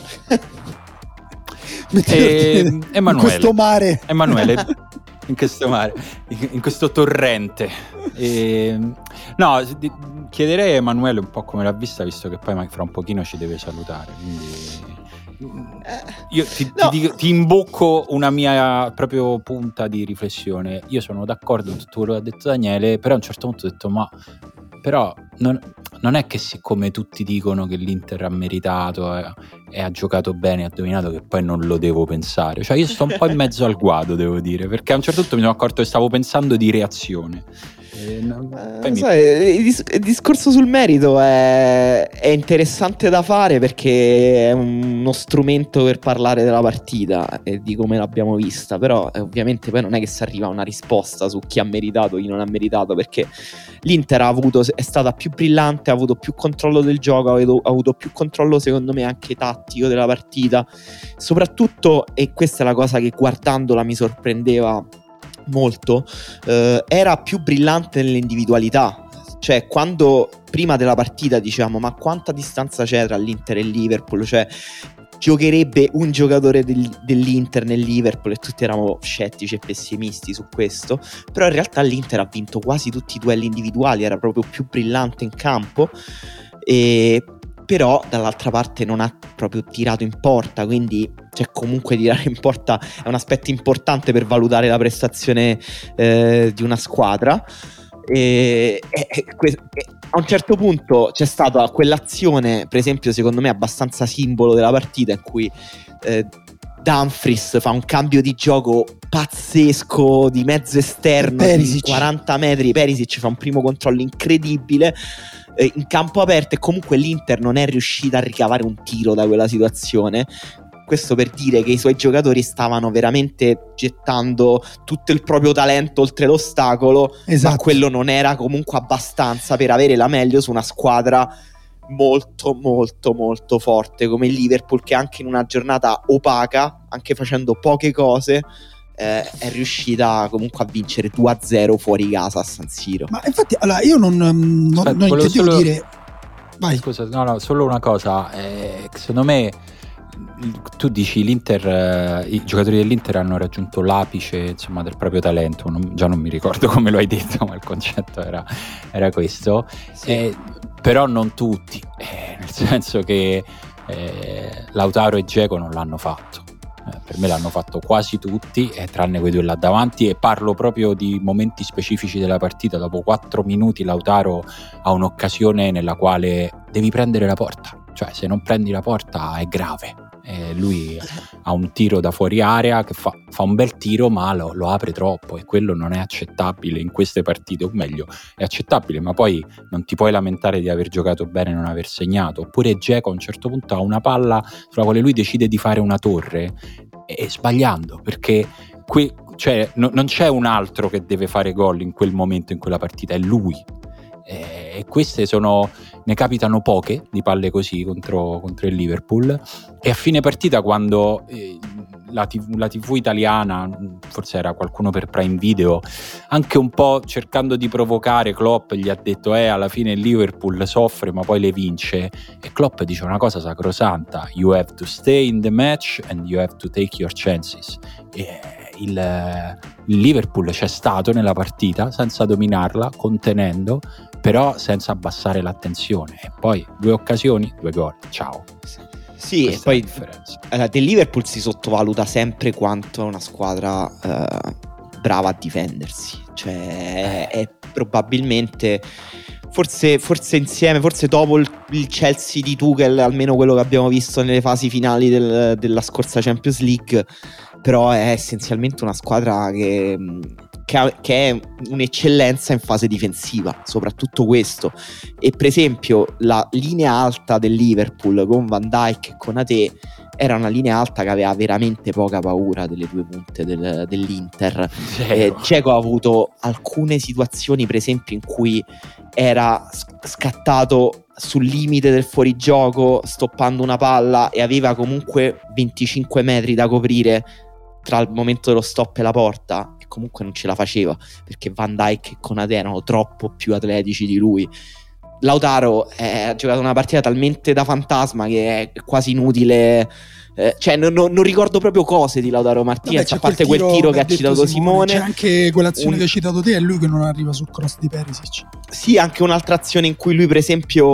metti e, ordine Emanuele, in questo mare. Emanuele, in questo mare, in questo torrente. E, no, chiederei a Emanuele un po' come l'ha vista, visto che poi fra un pochino ci deve salutare, quindi io ti, no. ti, ti imbocco una mia proprio punta di riflessione. Io sono d'accordo con tutto quello che ha detto Daniele, però a un certo punto ho detto ma però non, non è che siccome tutti dicono che l'Inter ha meritato e, e ha giocato bene, ha dominato, che poi non lo devo pensare. Cioè io sto un po' in mezzo al guado, devo dire, perché a un certo punto mi sono accorto che stavo pensando di reazione. Eh, no, eh, mi... sai, il, dis- il discorso sul merito è, è interessante da fare perché è uno strumento per parlare della partita e di come l'abbiamo vista, però eh, ovviamente poi non è che si arriva a una risposta su chi ha meritato, chi non ha meritato, perché l'Inter ha avuto, è stata più brillante, ha avuto più controllo del gioco, ha avuto, ha avuto più controllo secondo me anche tattico della partita, soprattutto, e questa è la cosa che guardandola mi sorprendeva molto, eh, era più brillante nell'individualità. Cioè quando prima della partita dicevamo ma quanta distanza c'è tra l'Inter e il Liverpool, cioè giocherebbe un giocatore del, dell'Inter nel Liverpool, e tutti eravamo scettici e pessimisti su questo, però in realtà l'Inter ha vinto quasi tutti i duelli individuali, era proprio più brillante in campo, e però dall'altra parte non ha proprio tirato in porta, quindi cioè comunque tirare in porta è un aspetto importante per valutare la prestazione eh, di una squadra. E, e, e, e a un certo punto c'è stata quell'azione, per esempio secondo me abbastanza simbolo della partita, in cui eh, Dumfries fa un cambio di gioco pazzesco di mezzo esterno di quaranta metri, Perisic fa un primo controllo incredibile eh, in campo aperto, e comunque l'Inter non è riuscita a ricavare un tiro da quella situazione. Questo per dire che i suoi giocatori stavano veramente gettando tutto il proprio talento oltre l'ostacolo, esatto. Ma quello non era comunque abbastanza per avere la meglio su una squadra molto molto molto forte come il Liverpool, che anche in una giornata opaca, anche facendo poche cose, eh, è riuscita comunque a vincere due a zero fuori casa a San Siro. Ma infatti allora io non, non, Aspetta, non intendevo solo... dire vai. Scusa, no no, solo una cosa, eh, secondo me tu dici l'Inter, eh, i giocatori dell'Inter hanno raggiunto l'apice insomma del proprio talento, non, già non mi ricordo come lo hai detto, ma il concetto era, era questo, sì. eh, però non tutti, eh, nel senso che eh, Lautaro e Dzeko non l'hanno fatto, eh, per me l'hanno fatto quasi tutti, eh, tranne quei due là davanti, e parlo proprio di momenti specifici della partita. Dopo quattro minuti Lautaro ha un'occasione nella quale devi prendere la porta, cioè se non prendi la porta è grave. Eh, lui ha un tiro da fuori area che fa, fa un bel tiro, ma lo, lo apre troppo, e quello non è accettabile in queste partite, o meglio è accettabile, ma poi non ti puoi lamentare di aver giocato bene e non aver segnato. Oppure Dzeko a un certo punto ha una palla sulla quale lui decide di fare una torre, e, e sbagliando, perché qui, cioè, no, non c'è un altro che deve fare gol in quel momento, in quella partita, è lui. E queste sono, ne capitano poche di palle così contro, contro il Liverpool. E a fine partita, quando eh, la, tivù, la tivù italiana, forse era qualcuno per Prime Video, anche un po' cercando di provocare Klopp, gli ha detto eh alla fine il Liverpool soffre ma poi le vince, e Klopp dice una cosa sacrosanta: you have to stay in the match and you have to take your chances. E il, il Liverpool c'è stato nella partita senza dominarla, contenendo, però senza abbassare l'attenzione, e poi due occasioni, due gol, ciao. Sì, e poi eh, del Liverpool si sottovaluta sempre quanto è una squadra eh, brava a difendersi, cioè è probabilmente forse, forse insieme, forse dopo il, il Chelsea di Tuchel, almeno quello che abbiamo visto nelle fasi finali del, della scorsa Champions League, però è essenzialmente una squadra che, che, ha, che è un'eccellenza in fase difensiva, soprattutto questo. E per esempio la linea alta del Liverpool con Van Dijk e Konaté era una linea alta che aveva veramente poca paura delle due punte del, dell'Inter. Dzeko ha avuto alcune situazioni, per esempio, in cui era scattato sul limite del fuorigioco stoppando una palla e aveva comunque venticinque metri da coprire tra il momento dello stop e la porta, e comunque non ce la faceva perché Van Dijk e Konaté erano troppo più atletici di lui. Lautaro eh, ha giocato una partita talmente da fantasma che è quasi inutile, eh, cioè non, non, non ricordo proprio cose di Lautaro Martinez. Vabbè, a parte quel tiro, quel tiro che ha citato Simone, c'è anche quell'azione un... che hai citato te, è lui che non arriva sul cross di Perisic. Sì, anche un'altra azione in cui lui per esempio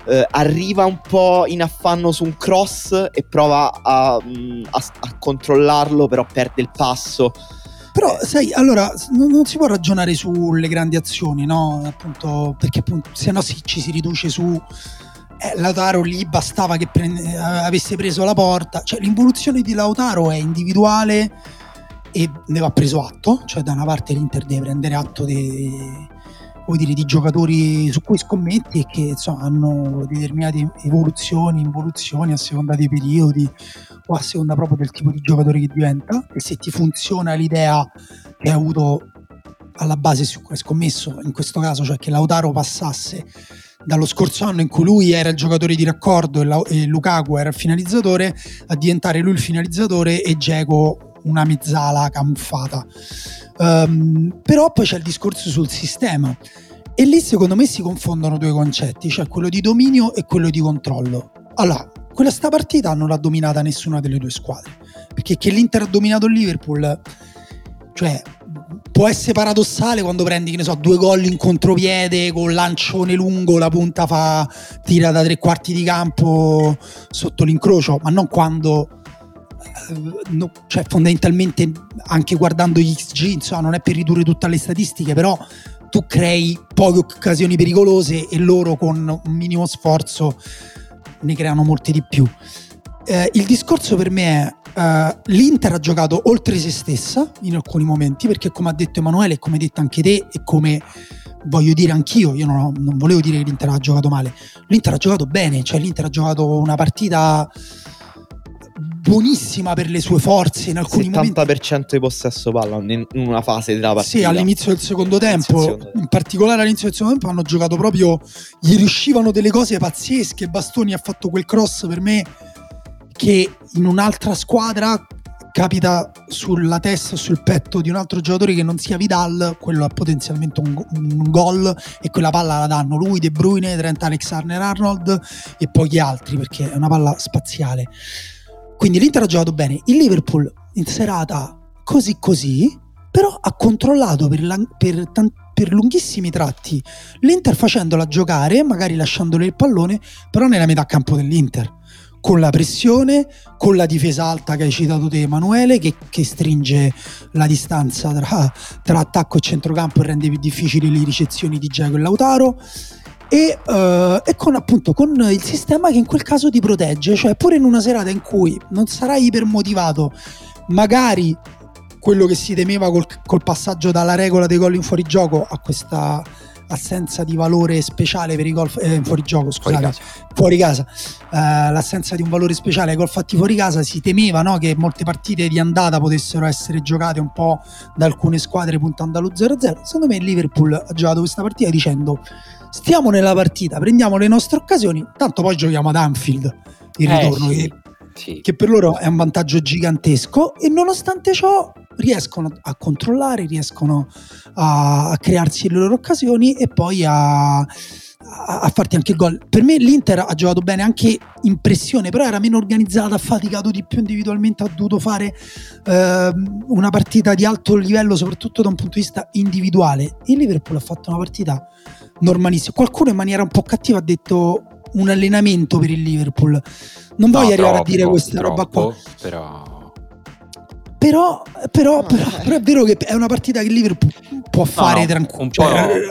eh, arriva un po' in affanno su un cross e prova a, a, a controllarlo, però perde il passo. Però sai, allora non, non si può ragionare sulle grandi azioni, no? Appunto, perché appunto se no si, ci si riduce su eh, Lautaro lì bastava che prende, avesse preso la porta, cioè l'involuzione di Lautaro è individuale e ne va preso atto, cioè da una parte l'Inter deve prendere atto dei, vuol dire, di giocatori su cui scommetti e che insomma hanno determinate evoluzioni, involuzioni a seconda dei periodi o a seconda proprio del tipo di giocatore che diventa, e se ti funziona l'idea che hai avuto alla base su cui hai scommesso, in questo caso cioè che Lautaro passasse dallo scorso anno in cui lui era il giocatore di raccordo e, la, e Lukaku era il finalizzatore a diventare lui il finalizzatore e Dzeko una mezzala camuffata. Um, però poi c'è il discorso sul sistema e lì secondo me si confondono due concetti, cioè quello di dominio e quello di controllo. Allora, quella sta partita non l'ha dominata nessuna delle due squadre, perché che l'Inter ha dominato il Liverpool, cioè può essere paradossale quando prendi, che ne so, due gol in contropiede con lancione lungo, la punta fa tira da tre quarti di campo sotto l'incrocio, ma non quando no, cioè fondamentalmente anche guardando gli X G, insomma non è per ridurre tutte le statistiche, però tu crei poche occasioni pericolose e loro con un minimo sforzo ne creano molte di più. Eh, il discorso per me è uh, l'Inter ha giocato oltre se stessa in alcuni momenti, perché come ha detto Emanuele e come hai detto anche te e come voglio dire anch'io, io non, ho, non volevo dire che l'Inter ha giocato male, l'Inter ha giocato bene, cioè l'Inter ha giocato una partita buonissima per le sue forze in alcuni settanta per cento momenti. di possesso palla in una fase della partita. Sì, all'inizio del secondo tempo, in particolare all'inizio del secondo tempo hanno giocato proprio, gli riuscivano delle cose pazzesche. Bastoni ha fatto quel cross per me che in un'altra squadra capita sulla testa o sul petto di un altro giocatore che non sia Vidal, quello ha potenzialmente un, un gol e quella palla la danno lui, De Bruyne, Trent Alexander-Arnold e pochi altri, perché è una palla spaziale. Quindi l'Inter ha giocato bene, il Liverpool in serata così così, però ha controllato per, la, per, tan, per lunghissimi tratti l'Inter facendola giocare, magari lasciandole il pallone, però nella metà campo dell'Inter, con la pressione, con la difesa alta che hai citato te Emanuele, che, che stringe la distanza tra, tra attacco e centrocampo e rende più difficili le ricezioni di Dzeko e Lautaro. E, uh, e con appunto con il sistema che in quel caso ti protegge, cioè pure in una serata in cui non sarai ipermotivato, magari quello che si temeva col, col passaggio dalla regola dei gol in fuorigioco a questa assenza di valore speciale per i gol eh, in fuorigioco, scusate, fuori casa, uh, l'assenza di un valore speciale ai gol fatti fuori casa, si temeva, no, che molte partite di andata potessero essere giocate un po' da alcune squadre puntando allo zero a zero. Secondo me il Liverpool ha giocato questa partita dicendo: stiamo nella partita, prendiamo le nostre occasioni, tanto poi giochiamo ad Anfield il eh, ritorno, sì, che, sì. che per loro è un vantaggio gigantesco, e nonostante ciò riescono a controllare, riescono a, a crearsi le loro occasioni e poi a, a, a farti anche il gol. Per me l'Inter ha giocato bene anche in pressione, però era meno organizzata, ha faticato di più individualmente, ha dovuto fare eh, una partita di alto livello soprattutto da un punto di vista individuale. Il Liverpool ha fatto una partita normalissima. Qualcuno in maniera un po' cattiva ha detto un allenamento per il Liverpool. Non voglio no, arrivare troppo, a dire questa troppo, roba qua, però però, però, però, però è vero che è una partita che il Liverpool può fare no, no, tranquillo. Un, cioè,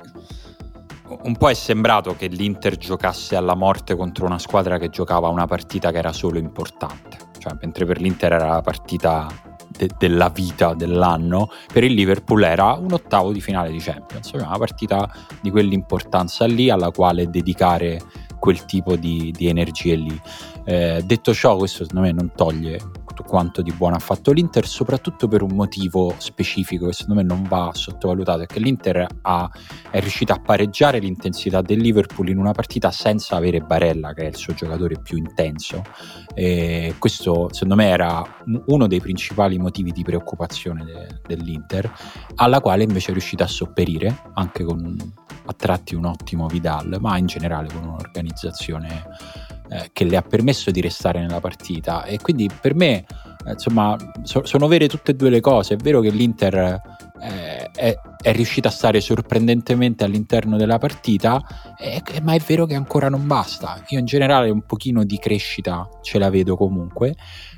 un po' è sembrato che l'Inter giocasse alla morte contro una squadra che giocava una partita che era solo importante, cioè mentre per l'Inter era la partita de- della vita dell'anno, per il Liverpool era un ottavo di finale di Champions, cioè una partita di quell'importanza lì alla quale dedicare quel tipo di, di energie lì. Eh, detto ciò, questo secondo me non toglie quanto di buono ha fatto l'Inter, soprattutto per un motivo specifico che secondo me non va sottovalutato, è che l'Inter ha, è riuscita a pareggiare l'intensità del Liverpool in una partita senza avere Barella, che è il suo giocatore più intenso, e questo secondo me era uno dei principali motivi di preoccupazione de, dell'Inter, alla quale invece è riuscita a sopperire anche con a tratti un ottimo Vidal, ma in generale con un'organizzazione eh, che le ha permesso di restare nella partita. E quindi per me eh, insomma so, sono vere tutte e due le cose. È vero che l'Inter eh, è, è riuscita a stare sorprendentemente all'interno della partita, eh, ma è vero che ancora non basta. Io in generale un pochino di crescita ce la vedo comunque.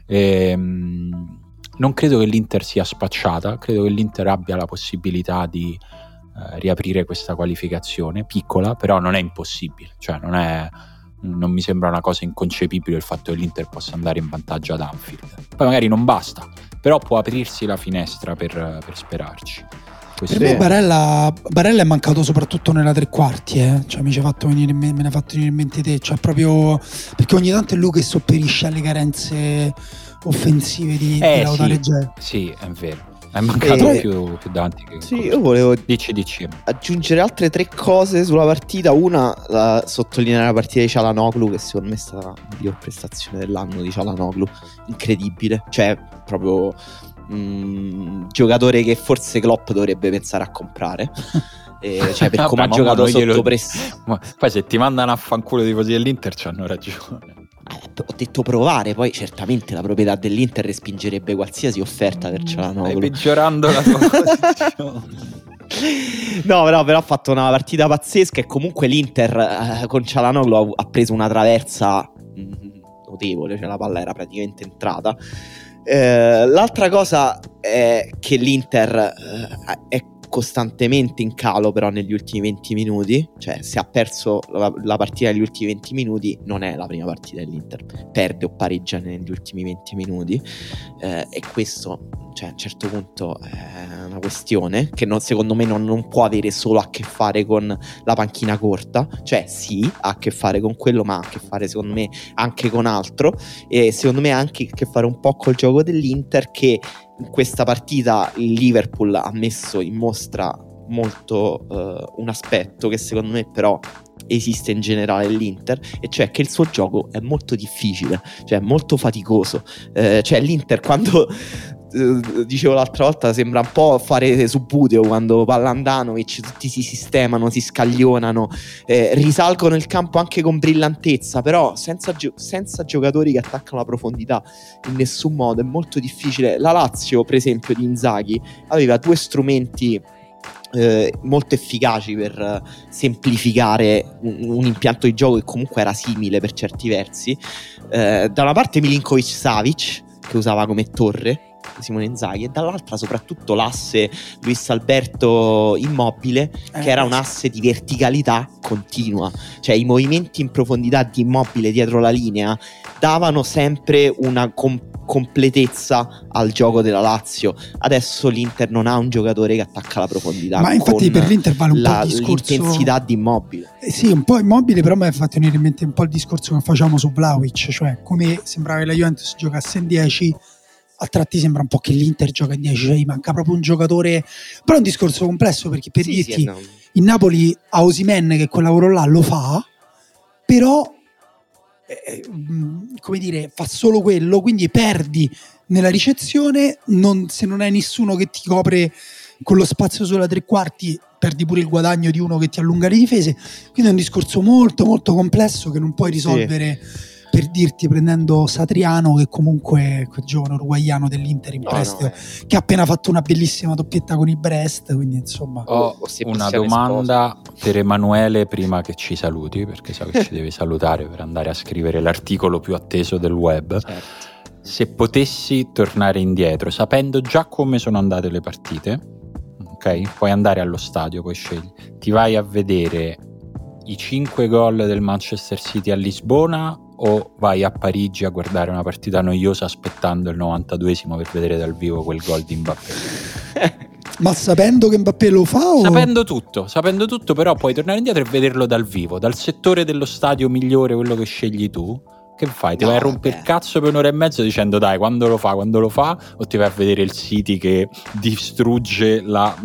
Ehm, non credo che l'Inter sia spacciata, credo che l'Inter abbia la possibilità di eh, riaprire questa qualificazione, piccola, però non è impossibile, cioè non è... non mi sembra una cosa inconcepibile il fatto che l'Inter possa andare in vantaggio ad Anfield. Poi magari non basta, però può aprirsi la finestra per, per sperarci. Questo per me è... Barella, Barella è mancato soprattutto nella tre quarti, eh. Cioè mi ci ha fatto venire in me, me ne ha fatto venire in mente te, cioè proprio perché ogni tanto è lui che sopperisce alle carenze offensive di, eh, di Lautaro sì, Leggero. sì, è vero. È mancato Eh, più, più davanti che Sì, io volevo dici, dici. aggiungere altre tre cose sulla partita. Una, la, sottolineare la partita di Çalhanoğlu, che secondo me è stata la miglior prestazione dell'anno di Çalhanoğlu, incredibile, cioè proprio un giocatore che forse Klopp dovrebbe pensare a comprare. Eh, cioè per come ha giocato sotto pressione. Poi se ti mandano a fanculo i tifosi dell'Inter c'hanno ragione. Eh, ho detto provare, poi certamente la proprietà dell'Inter respingerebbe qualsiasi offerta per Çalhanoğlu. Stai peggiorando la tua posizione. No, però, però ha fatto una partita pazzesca e comunque l'Inter eh, con Çalhanoğlu ha, ha preso una traversa mh, notevole, cioè la palla era praticamente entrata. Eh, l'altra cosa è che l'Inter eh, è costantemente in calo però negli ultimi venti minuti, cioè se ha perso la, la partita negli ultimi venti minuti non è la prima partita dell'Inter, perde o pareggia negli ultimi venti minuti, eh, e questo cioè a un certo punto è una questione che non, secondo me non, non può avere solo a che fare con la panchina corta, cioè sì ha a che fare con quello ma ha a che fare secondo me anche con altro, e secondo me ha anche a che fare un po' col gioco dell'Inter, che in questa partita il Liverpool ha messo in mostra molto uh, un aspetto che secondo me però esiste in generale l'Inter, e cioè che il suo gioco è molto difficile, cioè molto faticoso, eh, cioè l'Inter quando eh, dicevo l'altra volta sembra un po' fare su Budeo quando palla Andanovic, tutti si sistemano, si scaglionano, eh, risalgono il campo anche con brillantezza, però senza, gio- senza giocatori che attaccano la profondità in nessun modo, è molto difficile. La Lazio per esempio di Inzaghi aveva due strumenti Eh, molto efficaci per uh, semplificare un, un impianto di gioco che comunque era simile per certi versi, eh, da una parte Milinkovic-Savic che usava come torre Simone Inzaghi, e dall'altra soprattutto l'asse Luis Alberto Immobile, eh. che era un asse di verticalità continua, cioè i movimenti in profondità di Immobile dietro la linea davano sempre una com- completezza al gioco della Lazio. Adesso l'Inter non ha un giocatore che attacca la profondità, ma infatti per l'Inter vale un la, po' il discorso, l'intensità di Immobile, eh sì, un po' Immobile, però mi ha fatto venire in mente un po' il discorso che facciamo su Vlahovic, cioè come sembrava che la Juventus giocasse in dieci, a tratti sembra un po' che l'Inter gioca in dieci, cioè manca proprio un giocatore, però è un discorso complesso, perché per sì, dirti sì, no. in Napoli a Osimhen che quel lavoro là lo fa, però eh, come dire, fa solo quello, quindi perdi nella ricezione, non, se non hai nessuno che ti copre con lo spazio sulla tre quarti perdi pure il guadagno di uno che ti allunga le difese, quindi è un discorso molto molto complesso che non puoi risolvere, sì. Per dirti, prendendo Satriano, che comunque è quel giovane uruguaiano dell'Inter in no, prestito, no, eh. che ha appena fatto una bellissima doppietta con i Brest, quindi insomma. Ho una domanda per Emanuele prima che ci saluti, perché so che ci devi salutare per andare a scrivere l'articolo più atteso del web. Certo. Se potessi tornare indietro, sapendo già come sono andate le partite, ok? Puoi andare allo stadio, puoi scegliere. Ti vai a vedere i cinque gol del Manchester City a Lisbona o vai a Parigi a guardare una partita noiosa aspettando il novantaduesimo per vedere dal vivo quel gol di Mbappé? Ma sapendo che Mbappé lo fa o... Sapendo tutto, sapendo tutto, però puoi tornare indietro e vederlo dal vivo, dal settore dello stadio migliore, quello che scegli tu. Che fai? Ti no, vai a rompere il cazzo per un'ora e mezzo dicendo dai, quando lo fa, quando lo fa? O ti vai a vedere il City che distrugge la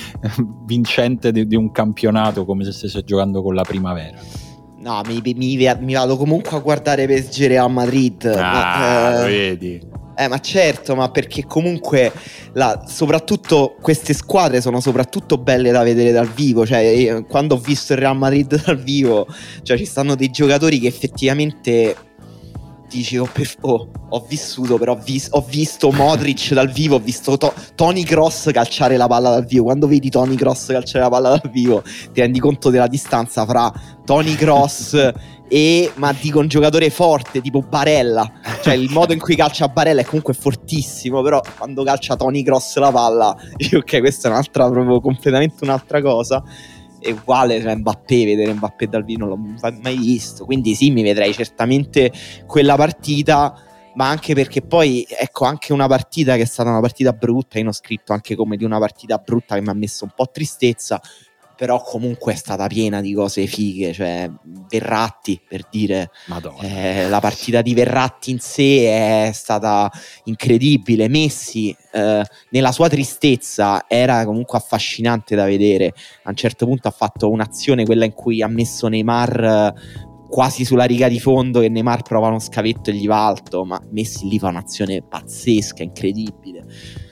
vincente di, di un campionato come se stesse giocando con la primavera? No, mi, mi, mi vado comunque a guardare P S G Real Madrid. Ah, ma, lo eh, vedi? Eh, ma certo, ma perché comunque la, soprattutto queste squadre sono soprattutto belle da vedere dal vivo. Cioè, io, quando ho visto il Real Madrid dal vivo, cioè ci stanno dei giocatori che effettivamente dici oh, per, oh, ho vissuto, però ho, vis- ho visto Modric dal vivo, ho visto to- Toni Kroos calciare la palla dal vivo. Quando vedi Toni Kroos calciare la palla dal vivo ti rendi conto della distanza fra Toni Kroos e, ma dico, un giocatore forte tipo Barella, cioè il modo in cui calcia Barella è comunque fortissimo, però quando calcia Toni Kroos la palla dici ok, questa è un'altra, proprio completamente un'altra cosa. È uguale, cioè Mbappé, vedere Mbappé dal vivo non l'ho mai visto, quindi sì, mi vedrei certamente quella partita, ma anche perché poi ecco, anche una partita che è stata una partita brutta, io ne ho scritto anche come di una partita brutta che mi ha messo un po' tristezza, però comunque è stata piena di cose fighe, cioè Verratti, per dire, eh, la partita di Verratti in sé è stata incredibile. Messi eh, nella sua tristezza era comunque affascinante da vedere. A un certo punto ha fatto un'azione, quella in cui ha messo Neymar eh, quasi sulla riga di fondo, che Neymar prova uno scavetto e gli va alto, ma Messi lì fa un'azione pazzesca, incredibile.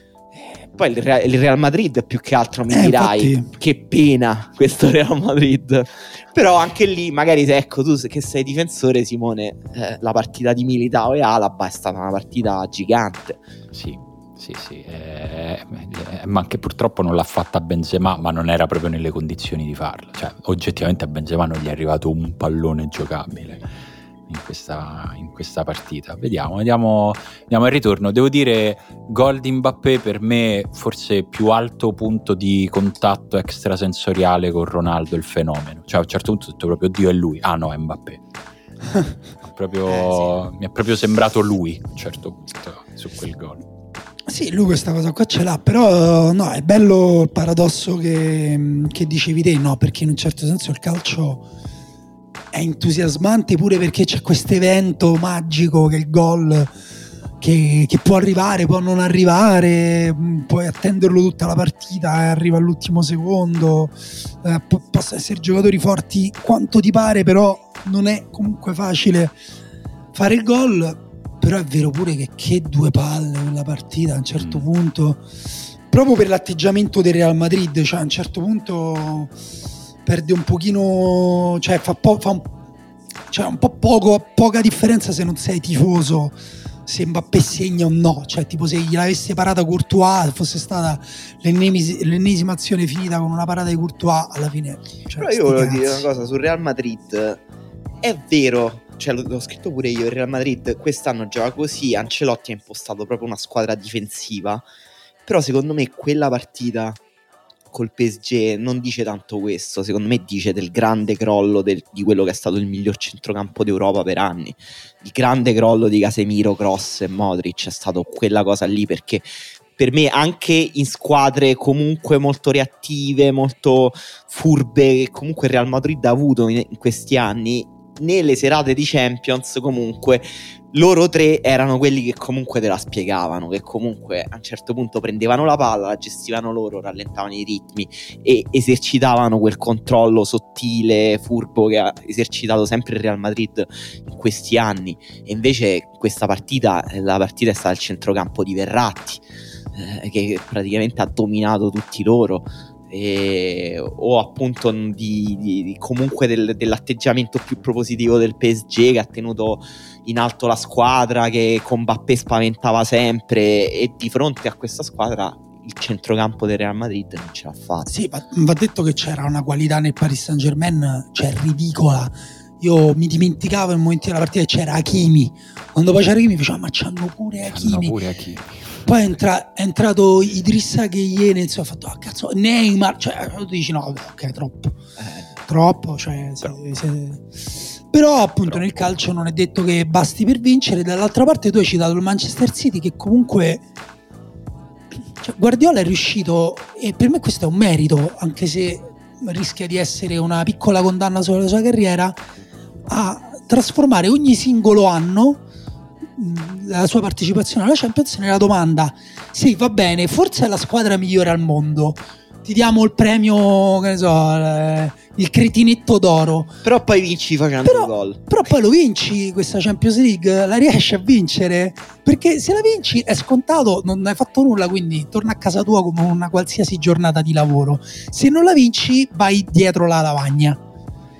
Poi il Real, il Real Madrid più che altro mi eh, dirai infatti... che pena questo Real Madrid, però anche lì magari se, ecco, tu che sei difensore, Simone, eh, la partita di Militao e Alaba è stata una partita gigante. Sì, sì, sì, eh, eh, ma anche purtroppo non l'ha fatta Benzema, ma non era proprio nelle condizioni di farlo, cioè oggettivamente a Benzema non gli è arrivato un pallone giocabile in questa, in questa partita. Vediamo, vediamo, vediamo il ritorno. Devo dire, gol di Mbappé per me forse più alto punto di contatto extrasensoriale con Ronaldo, il fenomeno. Cioè a un certo punto ho detto proprio Dio, è lui. Ah no, è Mbappé. proprio, eh, sì. Mi è proprio sembrato lui a un certo punto su quel gol. Sì, lui questa cosa qua ce l'ha, però no, è bello il paradosso che, che dicevi te, no, perché in un certo senso il calcio è entusiasmante pure perché c'è questo evento magico che è il gol, che, che può arrivare, può non arrivare, puoi attenderlo tutta la partita e arriva all'ultimo secondo, eh, po- possono essere giocatori forti quanto ti pare, però non è comunque facile fare il gol. Però è vero pure che che due palle quella partita a un certo mm. punto, proprio per l'atteggiamento del Real Madrid, cioè a un certo punto perde un pochino, cioè fa, po- fa un, cioè un po' poco, poca differenza se non sei tifoso, se Mbappé segna o no, cioè tipo se gliel'avesse parata Courtois, fosse stata l'ennemis- l'ennesima azione finita con una parata di Courtois, alla fine, cioè, però io volevo dire una cosa sul Real Madrid, è vero, cioè l'ho scritto pure io, il Real Madrid quest'anno gioca così, Ancelotti ha impostato proprio una squadra difensiva, però secondo me quella partita col P S G non dice tanto questo, secondo me dice del grande crollo del, di quello che è stato il miglior centrocampo d'Europa per anni, il grande crollo di Casemiro, Kroos e Modric è stato quella cosa lì, perché per me anche in squadre comunque molto reattive, molto furbe, che comunque il Real Madrid ha avuto in, in questi anni, nelle serate di Champions comunque loro tre erano quelli che comunque te la spiegavano, che comunque a un certo punto prendevano la palla, la gestivano loro, rallentavano i ritmi e esercitavano quel controllo sottile, furbo che ha esercitato sempre il Real Madrid in questi anni. E invece questa partita, la partita è stata il centrocampo di Verratti, eh, che praticamente ha dominato tutti loro. E, o appunto di, di, di comunque del, dell'atteggiamento più propositivo del P S G, che ha tenuto in alto la squadra, che con Mbappé spaventava sempre, e di fronte a questa squadra il centrocampo del Real Madrid non ce l'ha fatta. Sì, va, va detto che c'era una qualità nel Paris Saint-Germain, cioè ridicola. Io mi dimenticavo in momenti della partita che c'era Hakimi, quando poi c'era Hakimi facevo ma c'hanno pure Hakimi, c'hanno pure Hakimi. Poi è, entra- è entrato Idrissa Gueye, insomma, ha fatto ah, cazzo, Neymar, cioè tu dici no, vabbè, ok, troppo, eh, troppo, cioè, se, se... però appunto troppo. Nel calcio non è detto che basti per vincere. Dall'altra parte tu hai citato il Manchester City, che comunque, cioè, Guardiola è riuscito, e per me questo è un merito, anche se rischia di essere una piccola condanna sulla sua carriera, a trasformare ogni singolo anno la sua partecipazione alla Champions nella domanda: sì, va bene, forse è la squadra migliore al mondo, ti diamo il premio, che ne so, il cretinetto d'oro, però poi vinci facendo però, gol, però poi lo vinci questa Champions League, la riesci a vincere, perché se la vinci è scontato, non hai fatto nulla, quindi torna a casa tua come una qualsiasi giornata di lavoro. Se non la vinci vai dietro la lavagna,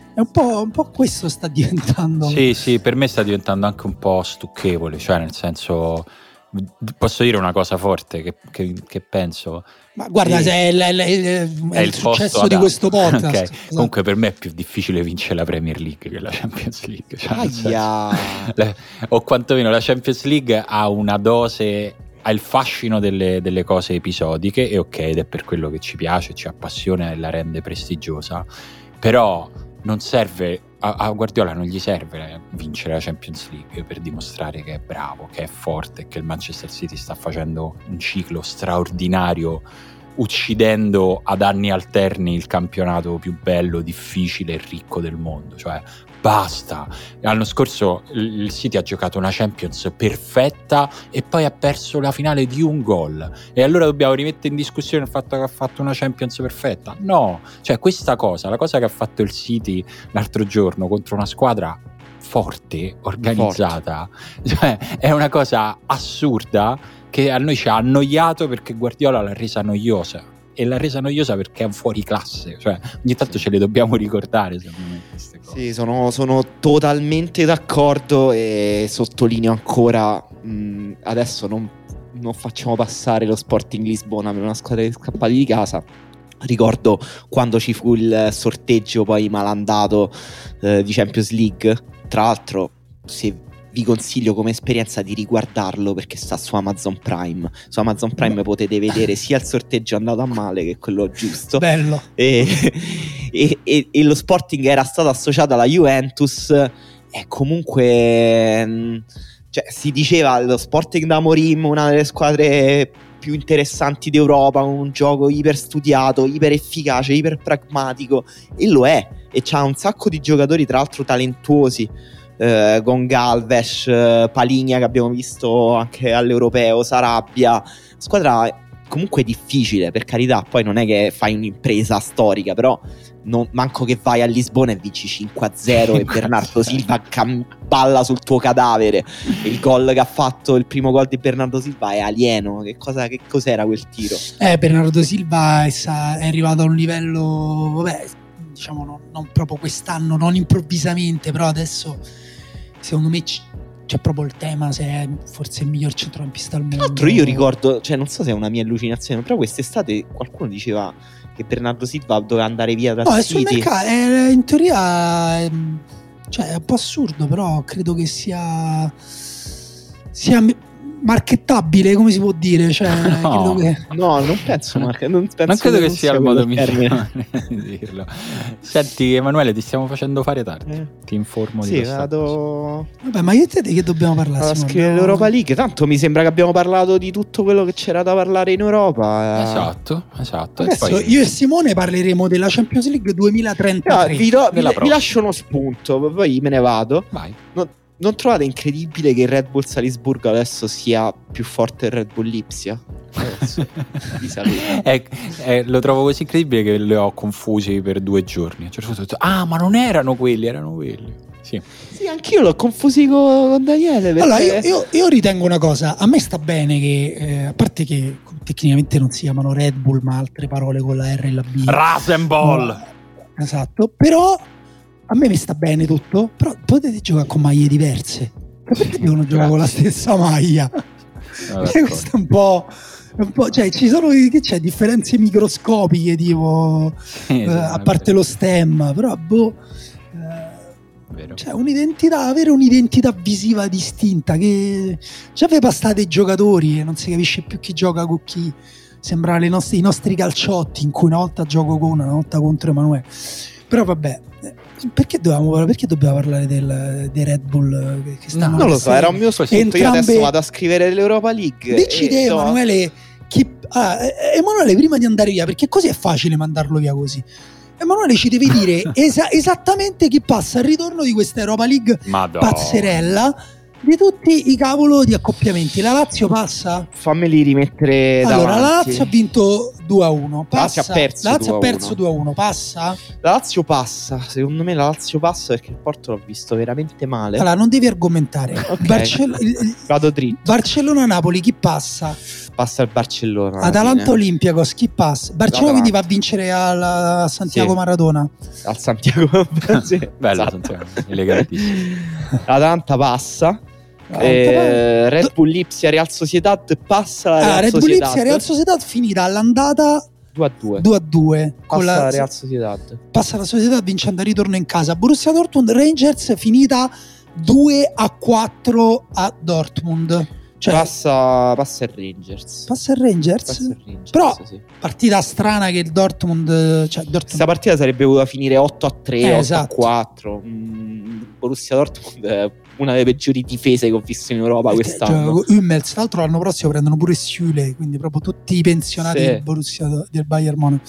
È un po', un po' questo sta diventando. Sì, sì, per me sta diventando anche un po' stucchevole, cioè nel senso, posso dire una cosa forte che, che, che penso. Ma guarda, sì, se è, è, è, è il, il successo di questo podcast. Okay. Esatto. Comunque per me è più difficile vincere la Premier League che la Champions League. Cioè, Aia. la, o quantomeno la Champions League ha una dose, ha il fascino delle, delle cose episodiche, e ok, ed è per quello che ci piace, ci appassiona e la rende prestigiosa. Però non serve, a, a Guardiola non gli serve vincere la Champions League per dimostrare che è bravo, che è forte, che il Manchester City sta facendo un ciclo straordinario, uccidendo ad anni alterni il campionato più bello, difficile e ricco del mondo. Cioè basta. L'anno scorso il City ha giocato una Champions perfetta e poi ha perso la finale di un gol, e allora dobbiamo rimettere in discussione il fatto che ha fatto una Champions perfetta? No, cioè questa cosa, la cosa che ha fatto il City l'altro giorno contro una squadra forte, organizzata, forte. Cioè è una cosa assurda che a noi ci ha annoiato, perché Guardiola l'ha resa noiosa, e l'ha resa noiosa perché è un fuoriclasse. Cioè ogni tanto ce le dobbiamo ricordare, secondo me, queste cose. Sì, sono, sono totalmente d'accordo, e sottolineo ancora, mh, adesso non, non facciamo passare lo Sporting Lisbona per una squadra di scappati di casa. Ricordo quando ci fu il sorteggio poi malandato eh, di Champions League. Tra l'altro, se vi consiglio come esperienza di riguardarlo, perché sta su Amazon Prime. Su Amazon Prime potete vedere sia il sorteggio andato a male che quello giusto. Bello. E, e, e, e lo Sporting era stato associato alla Juventus, e comunque cioè, si diceva lo Sporting da Mourinho, una delle squadre più interessanti d'Europa, un gioco iper studiato, iper efficace, iper pragmatico, e lo è, e c'ha un sacco di giocatori tra l'altro talentuosi. Uh, Gonçalves, uh, Paligna che abbiamo visto anche all'Europeo, Sarabia, squadra comunque difficile, per carità. Poi non è che fai un'impresa storica, però non, manco che vai a Lisbona e vinci cinque a zero e Bernardo Silva cam- balla sul tuo cadavere. Il gol che ha fatto, il primo gol di Bernardo Silva, è alieno. Che cosa, che cos'era quel tiro? Eh, Bernardo Silva è, è arrivato a un livello, vabbè, diciamo non, non proprio quest'anno, non improvvisamente, però adesso secondo me c- c'è proprio il tema se è forse il miglior centrocampista al mondo. Tra l'altro io ricordo, cioè non so se è una mia allucinazione, però quest'estate qualcuno diceva che Bernardo Silva doveva andare via dal no, City. è sul mercato, è, in teoria è, cioè è un po' assurdo, però credo che sia sia marchettabile, come si può dire, cioè, no, credo che... no, non penso, Marche, non, penso non credo che, che sia il modo migliore di dirlo. Senti Emanuele, ti stiamo facendo fare tardi, eh. ti informo sì, di questo. Vado... Vabbè, ma io e te di che dobbiamo parlare? Allora, scrivere l'Europa League, tanto mi sembra che abbiamo parlato di tutto quello che c'era da parlare in Europa. Esatto, esatto. Adesso e poi... io e Simone parleremo della Champions League duemilatrentatré. No, vi, do, vi, vi lascio uno spunto, poi me ne vado. Vai. Non, Non trovate incredibile che il Red Bull Salisburgo adesso sia più forte del Red Bull Lipsia? Vi saluto. eh, eh, lo trovo così incredibile che li ho confusi per due giorni. A un certo punto ho detto, ah, ma non erano quelli, erano quelli. Sì, sì, anch'io l'ho confusi con Daniele. Perché... Allora, io, io, io ritengo una cosa. A me sta bene che, eh, a parte che tecnicamente non si chiamano Red Bull, ma altre parole con la R e la B. Rasenball! No, esatto, però... A me mi sta bene tutto, però potete giocare con maglie diverse. Perché devono giocare con la stessa maglia? No, questo è un po', un po', cioè ci sono che c'è differenze microscopiche, tipo sì, eh, sì, a parte lo stemma, però boh, eh, cioè un'identità, avere un'identità visiva distinta, che già vi passate i giocatori e non si capisce più chi gioca con chi. Sembra le nostre, i nostri calciotti in cui una volta gioco con una, una volta contro Emanuele. Però vabbè, perché dobbiamo, perché dobbiamo parlare del, dei Red Bull che, che stanno? No, non lo so, era un mio spunto. Entrambe... Io adesso vado a scrivere l'Europa League. Decide so... Emanuele chi... ah, Emanuele, prima di andare via, perché così è facile mandarlo via così. Emanuele ci devi dire esa- esattamente chi passa al ritorno di questa Europa League Madonna. Pazzerella di tutti i cavolo di accoppiamenti. La Lazio passa? Fammeli rimettere allora, davanti. La Lazio ha vinto due a uno. Passa. La Lazio ha perso, la Lazio ha perso due a uno. Passa? La Lazio passa. Secondo me la Lazio passa perché il Porto l'ho visto veramente male. Allora, non devi argomentare. Okay. Barcell- Vado dritto. Barcellona-Napoli, chi passa? Passa il Barcellona. Atalanta Olympiacos, chi passa? Barcellona quindi va a vincere al, a Santiago sì. Maradona. Al Santiago. Sì. Bella Esatto. Santiago, elegantissimo. Atalanta passa. Atalanta Eh, va- Red Bull Lipsia Real Sociedad passa la Ah, Real Red Bull Sociedad Lipsia Real Sociedad finita all'andata due a due. due a due Passa con la la, Real Sociedad. passa la Società vincendo a ritorno in casa. Borussia Dortmund Rangers finita due a quattro a Dortmund. Cioè, Passa, passa il Rangers. passa il Rangers. Passa il Rangers, Però sì. partita strana che il Dortmund, cioè Dortmund Questa partita sarebbe dovuta finire otto a tre, Eh, otto esatto. a quattro. Mm, Borussia Dortmund è una delle peggiori difese che ho visto in Europa perché quest'anno. gioca con Hummels, tra l'altro l'anno prossimo prendono pure Süle, quindi proprio tutti i pensionati Sì. del Borussia del Bayern Monaco.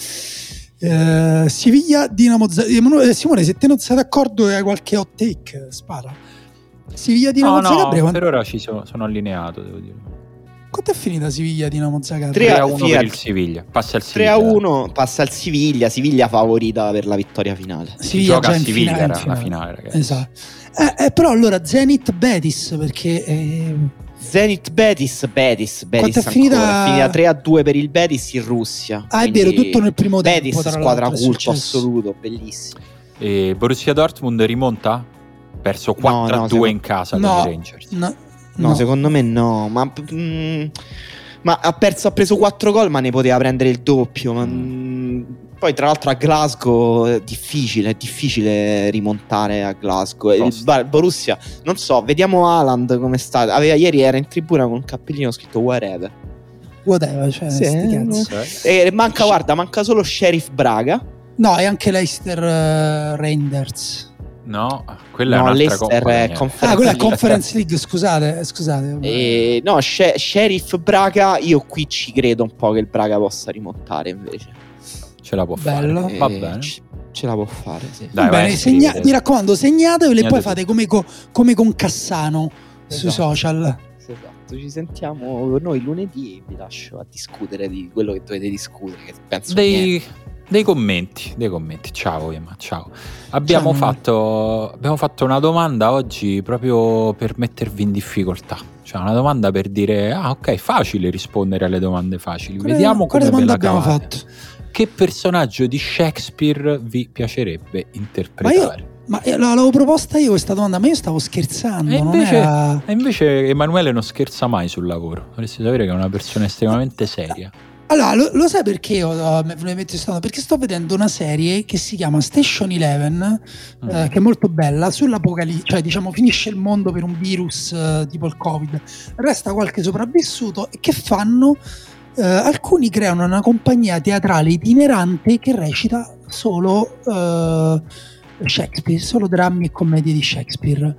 Eh, Siviglia Dinamo Zagreb. Eh, Simone, se te non sei d'accordo e hai qualche hot take, spara. Siviglia Dinamo No, Zagreb. no, quando- per ora ci sono, sono allineato, devo dire. Quanto è finita Siviglia Dinamo Zagreb? Tre tre a a uno Fiat. per il Siviglia. Passa il tre Siviglia. a uno passa il Siviglia. Siviglia favorita per la vittoria finale. Si Siviglia gioca già a in Siviglia, finale, in era la finale. finale, ragazzi. Esatto. Eh, eh, però allora Zenit Betis, perché eh, Zenit Betis, Betis, Betis Quanto è ancora. finita? È finita tre a due per il Betis in Russia. ah, è Quindi vero, tutto nel primo tempo. Betis, tra squadra l'altro, è culto successo. assoluto, bellissimo. E Borussia Dortmund rimonta? Perso quattro a due secondo- in casa No, con i Rangers. no, No, no. secondo me no. Ma, mm, ma ha perso, ha preso quattro gol, ma ne poteva prendere il doppio. Ma, mm, poi, tra l'altro, a Glasgow è difficile, è difficile rimontare a Glasgow. Il Tosto. Bar- Borussia, non so, vediamo Haaland come sta. Aveva, ieri era in tribuna con un cappellino scritto whatever. Whatever, cioè, Sì, sti eh, cazzi. E manca, guarda, manca solo Sheriff Braga. No, e anche Leicester uh, Rangers. No, quella No, è un'altra Leicester è compagnia. Conference Ah, quella è League. Conference League, scusate, scusate. E, no, She- Sheriff Braga, io qui ci credo un po' che il Braga possa rimontare invece. Ce la può Bello. fare. Va E bene. c- ce la può fare, sì. Dai, Va vai bene, a segna- scrivere. mi raccomando, segnatevele e poi Segnate fate come, co- come con Cassano sui Esatto. social. Esatto, ci sentiamo noi lunedì e vi lascio a discutere di quello che dovete discutere, che penso niente. Dei, dei commenti, dei commenti. Ciao Emma, ciao. Abbiamo, Ciao. fatto, abbiamo fatto una domanda oggi proprio per mettervi in difficoltà. Cioè una domanda per dire, ah ok, facile rispondere alle domande facili. Quale- Vediamo quale come ve domanda la abbiamo cavate. fatto? Che personaggio di Shakespeare vi piacerebbe interpretare? Ma io l'avevo proposta io questa domanda, ma io stavo scherzando, E non invece, era... e invece Emanuele non scherza mai sul lavoro. Dovresti sapere che è una persona estremamente seria. Allora, lo, lo sai perché io uh, me ne metto in stato? Perché sto vedendo una serie che si chiama Station Eleven, Mm. eh, che è molto bella, sull'apocalisse, cioè diciamo finisce il mondo per un virus eh, tipo il Covid, resta qualche sopravvissuto e che fanno? Eh, alcuni creano una compagnia teatrale itinerante che recita solo eh, Shakespeare, solo drammi e commedie di Shakespeare.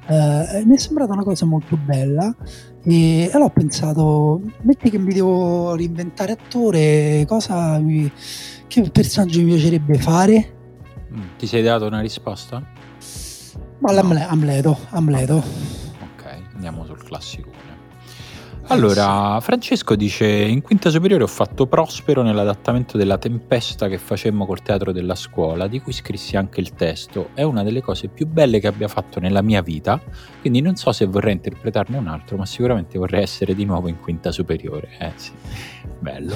Eh, mi è sembrata una cosa molto bella e allora ho pensato, metti che mi devo reinventare attore, cosa mi, che personaggio mi piacerebbe fare? Mm, Ti sei dato una risposta? Ma l'Amle- Amleto, Amleto. Ok, andiamo sul classicone. Allora, Francesco dice: in quinta superiore ho fatto Prospero nell'adattamento della Tempesta che facemmo col teatro della scuola, di cui scrissi anche il testo. È una delle cose più belle che abbia fatto nella mia vita, quindi non so se vorrei interpretarne un altro, ma sicuramente vorrei essere di nuovo in quinta superiore. Eh sì, bello.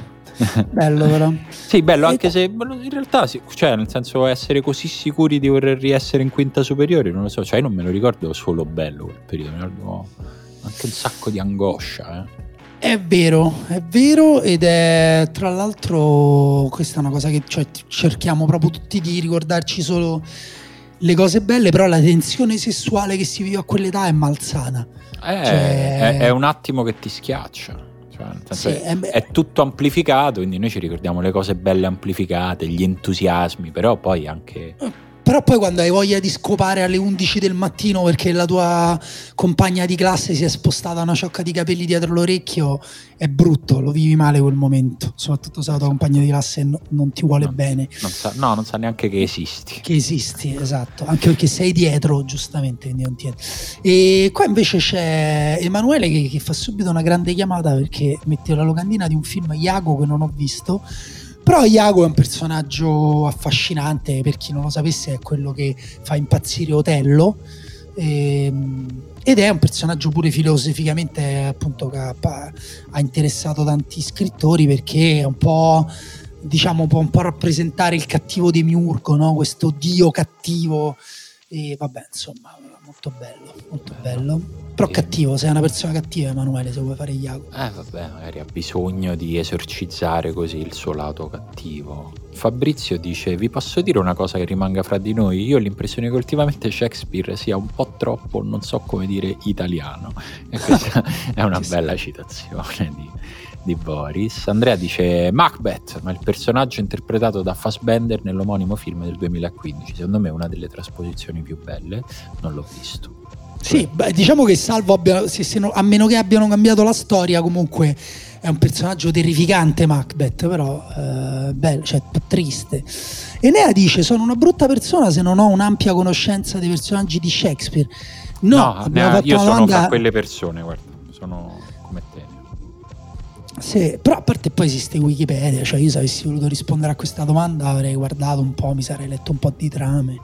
Bello però. Sì, bello, anche se in realtà sì, cioè nel senso essere così sicuri di voler riessere in quinta superiore, non lo so, cioè io non me lo ricordo solo bello quel periodo, mi ricordo anche un sacco di angoscia, eh. È vero, è vero ed è tra l'altro questa è una cosa che cioè, cerchiamo proprio tutti di ricordarci solo le cose belle, però la tensione sessuale che si vive a quell'età è malsana. Eh, Cioè- è, è un attimo che ti schiaccia. Cioè, nel senso Sì, è, è- è tutto amplificato, quindi noi ci ricordiamo le cose belle amplificate, gli entusiasmi, però poi anche... Però poi quando hai voglia di scopare alle undici del mattino perché la tua compagna di classe si è spostata una ciocca di capelli dietro l'orecchio, è brutto, lo vivi male quel momento, soprattutto se la tua compagna di classe no- non ti vuole No. bene. Non sa, no, non sa neanche che esisti. Che esisti, esatto, anche perché sei dietro, giustamente, quindi non ti... E qua invece c'è Emanuele che, che fa subito una grande chiamata perché mette la locandina di un film Iago che non ho visto. Però Iago è un personaggio affascinante, per chi non lo sapesse è quello che fa impazzire Otello, E, ed è un personaggio pure filosoficamente, appunto, che ha, ha interessato tanti scrittori, perché è un po', diciamo, può un po' rappresentare il cattivo demiurgo, no? Questo dio cattivo, e vabbè, insomma, molto bello, molto bello. Però sì. Cattivo, sei una persona cattiva, Emanuele, se vuoi fare Iago. Eh vabbè, magari ha bisogno di esorcizzare così il suo lato cattivo. Fabrizio dice: vi posso dire una cosa che rimanga fra di noi? Io ho l'impressione che ultimamente Shakespeare sia un po' troppo, non so come dire, italiano. E questa è una bella citazione di, di Boris. Andrea dice: Macbeth, ma il personaggio interpretato da Fassbender nell'omonimo film del duemilaquindici, secondo me è una delle trasposizioni più belle. Non l'ho visto. Sì, beh, diciamo che salvo abbia, se, se no, a meno che abbiano cambiato la storia, comunque è un personaggio terrificante Macbeth, però eh, bello, cioè triste. Enea dice: sono una brutta persona se non ho un'ampia conoscenza dei personaggi di Shakespeare. No, no abbiamo ne, fatto io una sono domanda... fra quelle persone, guarda, sono come te. Sì, però a parte poi esiste Wikipedia, cioè io se avessi voluto rispondere a questa domanda avrei guardato un po', mi sarei letto un po' di trame.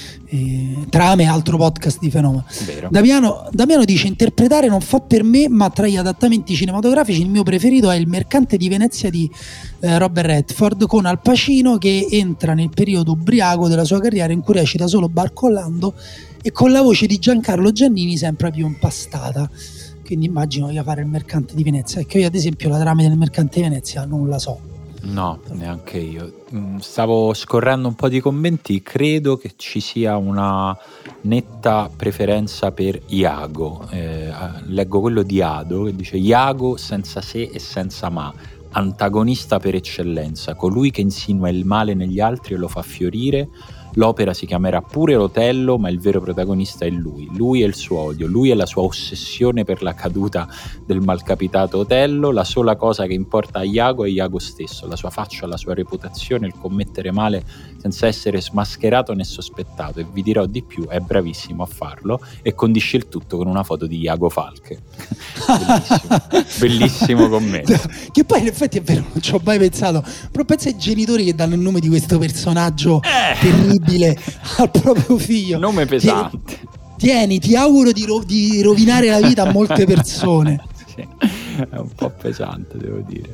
Eh, trame, altro podcast di Fenomeno. Damiano, Damiano dice: interpretare non fa per me, ma tra gli adattamenti cinematografici il mio preferito è Il mercante di Venezia di eh, Robert Redford, con Al Pacino che entra nel periodo ubriaco della sua carriera in cui recita solo barcollando e con la voce di Giancarlo Giannini sempre più impastata. Quindi immagino che fare Il mercante di Venezia, perché io ad esempio la trama del mercante di Venezia non la so. No, neanche io. Stavo scorrendo un po' di commenti, credo che ci sia una netta preferenza per Iago. Eh, leggo quello di Ado che dice: Iago senza se e senza ma, antagonista per eccellenza, colui che insinua il male negli altri e lo fa fiorire. L'opera si chiamerà pure Otello, ma il vero protagonista è lui. Lui è il suo odio, lui è la sua ossessione per la caduta del malcapitato Otello. La sola cosa che importa a Iago è Iago stesso, la sua faccia, la sua reputazione, il commettere male senza essere smascherato né sospettato. E vi dirò di più, è bravissimo a farlo e condisce il tutto con una foto di Iago Falche. Bellissimo, bellissimo commento. Che poi in effetti è vero, non ci ho mai pensato, però pensa ai genitori che danno il nome di questo personaggio eh. terribile al proprio figlio. Nome pesante. Tieni, ti auguro di, ro- di rovinare la vita a molte persone. Sì, è un po' pesante, devo dire.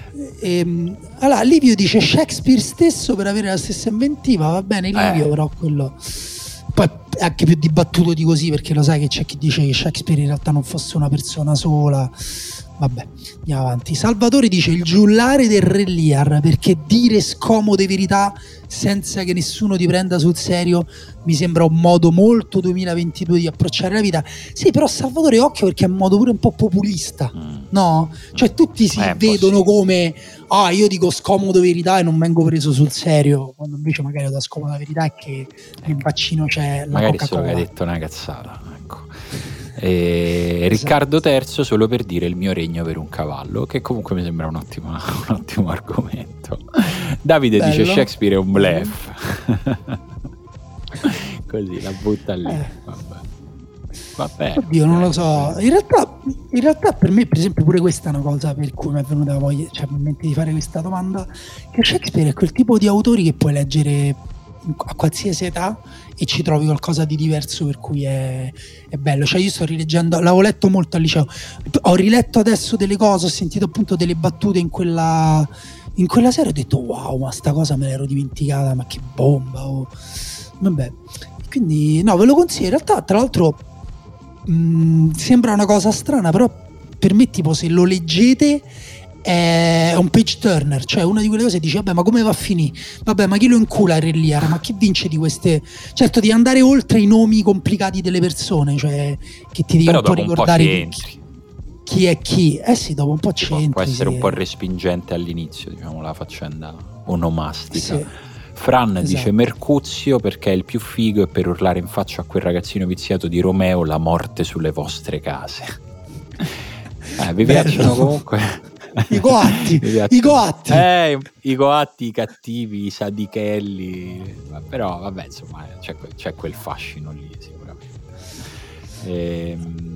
Ehm, allora Livio dice: Shakespeare stesso per avere la stessa inventiva. Va bene Livio, eh. però quello poi è anche più dibattuto di così, perché lo sai che c'è chi dice che Shakespeare in realtà non fosse una persona sola. Vabbè, andiamo avanti. Salvatore dice: il giullare del Re Lear, perché dire scomode verità senza che nessuno ti prenda sul serio mi sembra un modo molto duemilaventidue di approcciare la vita. Sì, però Salvatore, occhio, perché è un modo pure un po' populista, mm. no? Cioè tutti si eh, vedono come ah, io dico scomodo verità e non vengo preso sul serio, quando invece magari la scomoda verità è che nel vaccino c'è la magari Coca-Cola. Magari solo che hai detto una cazzata, ecco. E esatto. Riccardo terzo, solo per dire il mio regno per un cavallo, che comunque mi sembra un ottimo, un ottimo argomento. Davide Bello. dice: Shakespeare è un bluff. Così la butta lì. Eh. Vabbè. Vabbè, Oddio, non lo so. In realtà, in realtà per me, per esempio, pure questa è una cosa per cui mi è venuta voglia, cioè in mente di fare questa domanda, che Shakespeare è quel tipo di autori che puoi leggere a qualsiasi età e ci trovi qualcosa di diverso, per cui è, è bello. Cioè io sto rileggendo, l'avevo letto molto al liceo, ho riletto adesso delle cose, ho sentito appunto delle battute in quella in quella serie, ho detto wow, ma sta cosa me l'ero dimenticata, ma che bomba, oh. Vabbè, quindi no, ve lo consiglio. In realtà, tra l'altro, mh, sembra una cosa strana, però per me tipo se lo leggete è un page turner, cioè una di quelle cose dici vabbè, ma come va a finire? Vabbè, ma chi lo incula Re Lear? Ma chi vince di queste? Certo, di andare oltre i nomi complicati delle persone, cioè che ti devi un po' ricordare un po' chi, chi è chi. Eh sì, dopo un po' c'entri. Può essere sì. un po' respingente all'inizio, diciamo, la faccenda onomastica. Sì. Fran esatto. dice Mercuzio perché è il più figo e per urlare in faccia a quel ragazzino viziato di Romeo la morte sulle vostre case. Eh, vi Bello. piacciono comunque i coatti, i coatti, eh, i coatti, i cattivi, i sadichelli, però vabbè, insomma c'è, c'è quel fascino lì sicuramente. Ehm,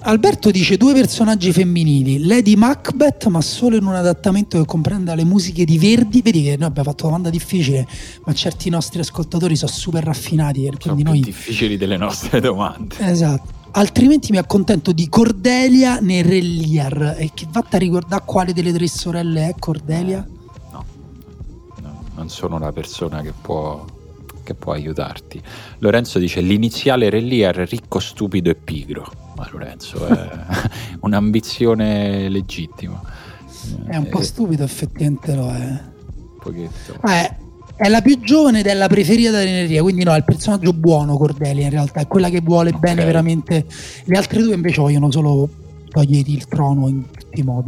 Alberto dice due personaggi femminili, Lady Macbeth, ma solo in un adattamento che comprenda le musiche di Verdi. Vedi che noi abbiamo fatto una domanda difficile, ma certi nostri ascoltatori sono super raffinati, sono quindi più noi... difficili delle nostre domande. Esatto. Altrimenti mi accontento di Cordelia nei Re Lear. E che vatta a ricordare quale delle tre sorelle è Cordelia? No, no, non sono la persona che può che può aiutarti. Lorenzo dice l'iniziale Re Lear, ricco, stupido e pigro. Ma Lorenzo è un'ambizione legittima. È un po' stupido, effettivamente lo è. Un pochetto. Ah, è, è la più giovane ed è la preferita dell'energia, quindi no, è il personaggio buono Cordelia in realtà, è quella che vuole okay. bene veramente. Le altre due invece vogliono solo togliergli il trono in tutti i modi.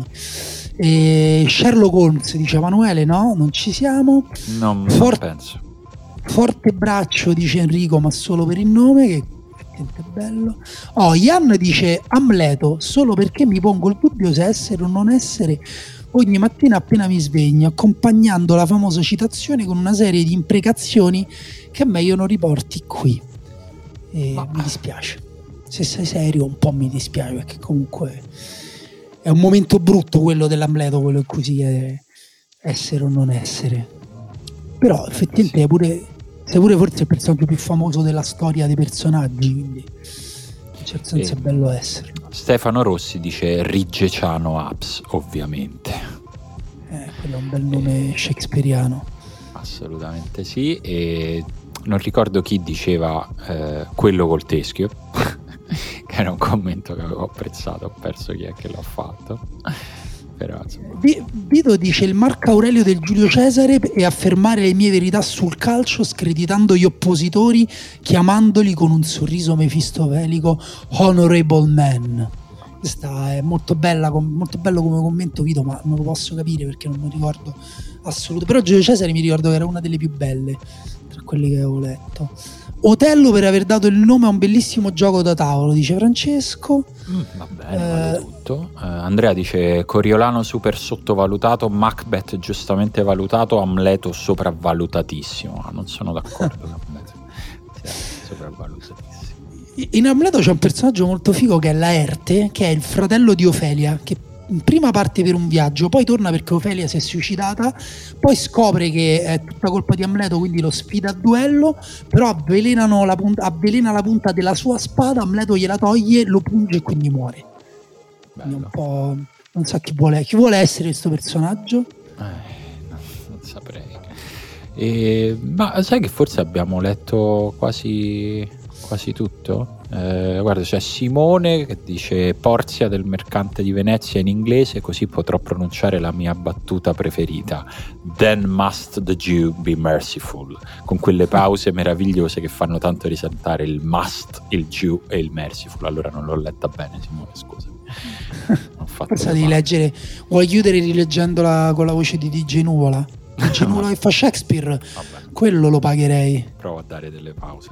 E Sherlock Holmes, dice Emanuele, no, non ci siamo. Non, For- non penso. Forte braccio, dice Enrico, ma solo per il nome, che è bello. Oh, Ian dice Amleto, solo perché mi pongo il dubbio se essere o non essere ogni mattina appena mi svegno, accompagnando la famosa citazione con una serie di imprecazioni che è meglio non riporti qui. E ma... mi dispiace. Se sei serio un po' mi dispiace, perché comunque è un momento brutto quello dell'Amleto, quello in cui si chiede essere o non essere. Però effettivamente è pure... sei pure forse il personaggio più famoso della storia dei personaggi, quindi in certo senso e è bello esserlo. Stefano Rossi dice Riggeciano Abs, ovviamente. Eh, quello è un bel nome e... shakespeariano. Assolutamente sì, e non ricordo chi diceva eh, quello col teschio, che era un commento che avevo apprezzato, ho perso chi è che l'ha fatto. Però, Vito dice il Marco Aurelio del Giulio Cesare e affermare le mie verità sul calcio screditando gli oppositori, chiamandoli con un sorriso mefistofelico honorable man. Questa è molto bella, molto bello come commento, Vito, ma non lo posso capire perché non mi ricordo assolutamente. Però Giulio Cesare mi ricordo che era una delle più belle tra quelle che avevo letto. Otello per aver dato il nome a un bellissimo gioco da tavolo, dice Francesco. Mm, va bene, vale tutto. Uh, Andrea dice Coriolano super sottovalutato, Macbeth giustamente valutato, Amleto sopravvalutatissimo. Ah, non sono d'accordo con Amleto. Sì, sopravvalutatissimo. In Amleto c'è un personaggio molto figo che è Laerte, che è il fratello di Ofelia, che in prima parte per un viaggio, poi torna perché Ofelia si è suicidata, poi scopre che è tutta colpa di Amleto, quindi lo sfida a duello, però avvelenano la punta, avvelena la punta della sua spada, Amleto gliela toglie, lo punge e quindi muore. Quindi un po'... non so chi vuole, chi vuole essere questo personaggio? Eh, non, non saprei. E, ma sai che forse abbiamo letto quasi, quasi tutto? Eh, guarda, c'è Simone che dice Porzia del mercante di Venezia in inglese, così potrò pronunciare la mia battuta preferita, then must the Jew be merciful, con quelle pause meravigliose che fanno tanto risaltare il must, il Jew e il merciful. Allora non l'ho letta bene, Simone, scusami. Ho fatto Pensa di leggere, vuoi chiudere rileggendola con la voce di D J Nuvola? D J Nuvola che fa Shakespeare. Vabbè. Quello lo pagherei. Provo a dare delle pause.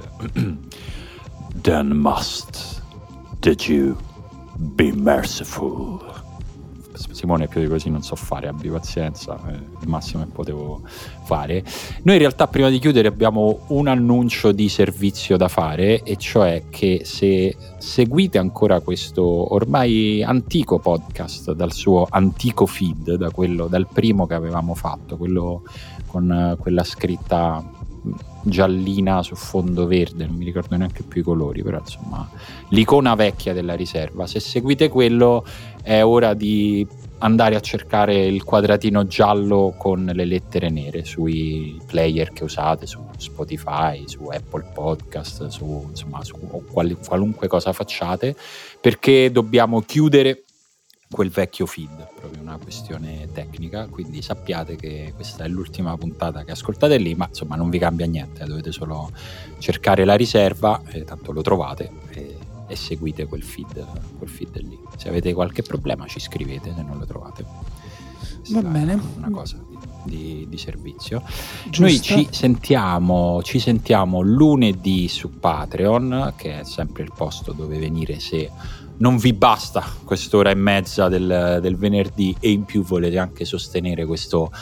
Then must the Jew be merciful. Simone, più di così non so fare, abbi pazienza, eh, il massimo che potevo fare. Noi in realtà prima di chiudere abbiamo un annuncio di servizio da fare, e cioè che se seguite ancora questo ormai antico podcast dal suo antico feed, da quello, dal primo che avevamo fatto, quello con uh, quella scritta giallina su fondo verde, non mi ricordo neanche più i colori, però insomma l'icona vecchia della riserva, se seguite quello è ora di andare a cercare il quadratino giallo con le lettere nere sui player che usate, su Spotify, su Apple Podcast, su, insomma, su qual- qualunque cosa facciate, perché dobbiamo chiudere quel vecchio feed, proprio una questione tecnica, quindi sappiate che questa è l'ultima puntata che ascoltate lì, ma insomma non vi cambia niente, dovete solo cercare la riserva, eh, tanto lo trovate, e, e seguite quel feed, quel feed lì. Se avete qualche problema ci scrivete se non lo trovate. Va bene. Una cosa di, di servizio. Giusto. Noi ci sentiamo, ci sentiamo lunedì su Patreon, che è sempre il posto dove venire se non vi basta quest'ora e mezza del, del venerdì e in più volete anche sostenere questo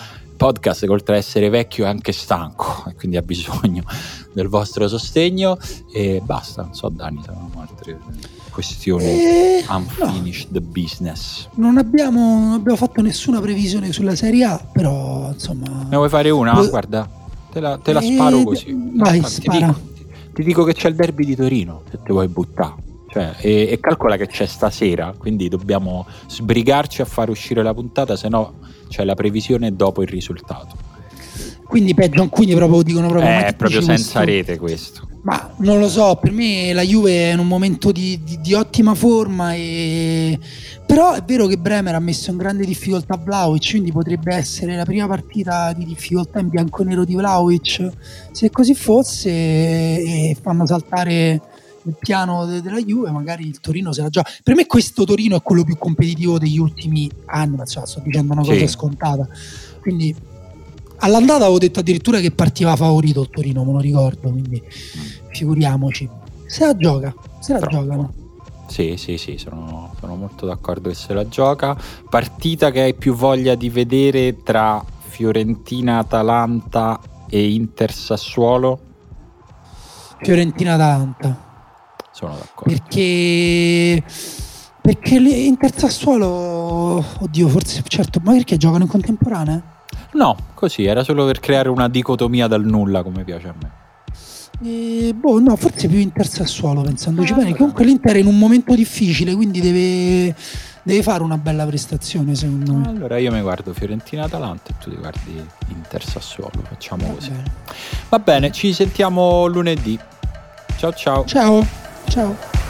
podcast, che oltre a essere vecchio è anche stanco e quindi ha bisogno del vostro sostegno. E basta, non so Dani, sono altre questioni. Eh, Unfinished no. business. Non abbiamo, non abbiamo fatto nessuna previsione sulla Serie A, però insomma... Ne vuoi fare una? Lo... Guarda, te la, te la eh, sparo così. Vai, ti spara. Dico, ti, ti dico che c'è il derby di Torino, se te vuoi buttare. Cioè, e, e calcola che c'è stasera, quindi dobbiamo sbrigarci a fare uscire la puntata, se no c'è la previsione dopo il risultato. Quindi peggio, quindi proprio dicono proprio... È ma che proprio dici senza questo? rete questo. Ma non lo so, per me la Juve è in un momento di, di, di ottima forma, e... però è vero che Bremer ha messo in grande difficoltà Vlahovic, quindi potrebbe essere la prima partita di difficoltà in bianconero di Vlahovic. Se così fosse e fanno saltare il piano de- della Juve, magari il Torino se la gioca. Per me questo Torino è quello più competitivo degli ultimi anni, ma sto dicendo una cosa Sì. scontata, quindi all'andata avevo detto addirittura che partiva favorito il Torino, me lo ricordo, quindi figuriamoci. Se la gioca, se la Troppo. giocano. Sì, sì, sì, sono, sono molto d'accordo che se la gioca. Partita che hai più voglia di vedere tra Fiorentina-Atalanta e Inter-Sassuolo? Fiorentina-Atalanta. Sono d'accordo. Perché perché l'Inter-Sassuolo, oddio, forse certo, ma perché giocano in contemporanea? No, così, era solo per creare una dicotomia dal nulla, come piace a me. E, boh, no, forse più Inter-Sassuolo, pensandoci Ah, bene. allora. Comunque l'Inter è in un momento difficile, quindi deve, deve fare una bella prestazione, secondo me. Allora io mi guardo Fiorentina-Atalanta e tu ti guardi Inter-Sassuolo, facciamo Va così. bene. Va bene, ci sentiamo lunedì. Ciao ciao. Ciao, ciao.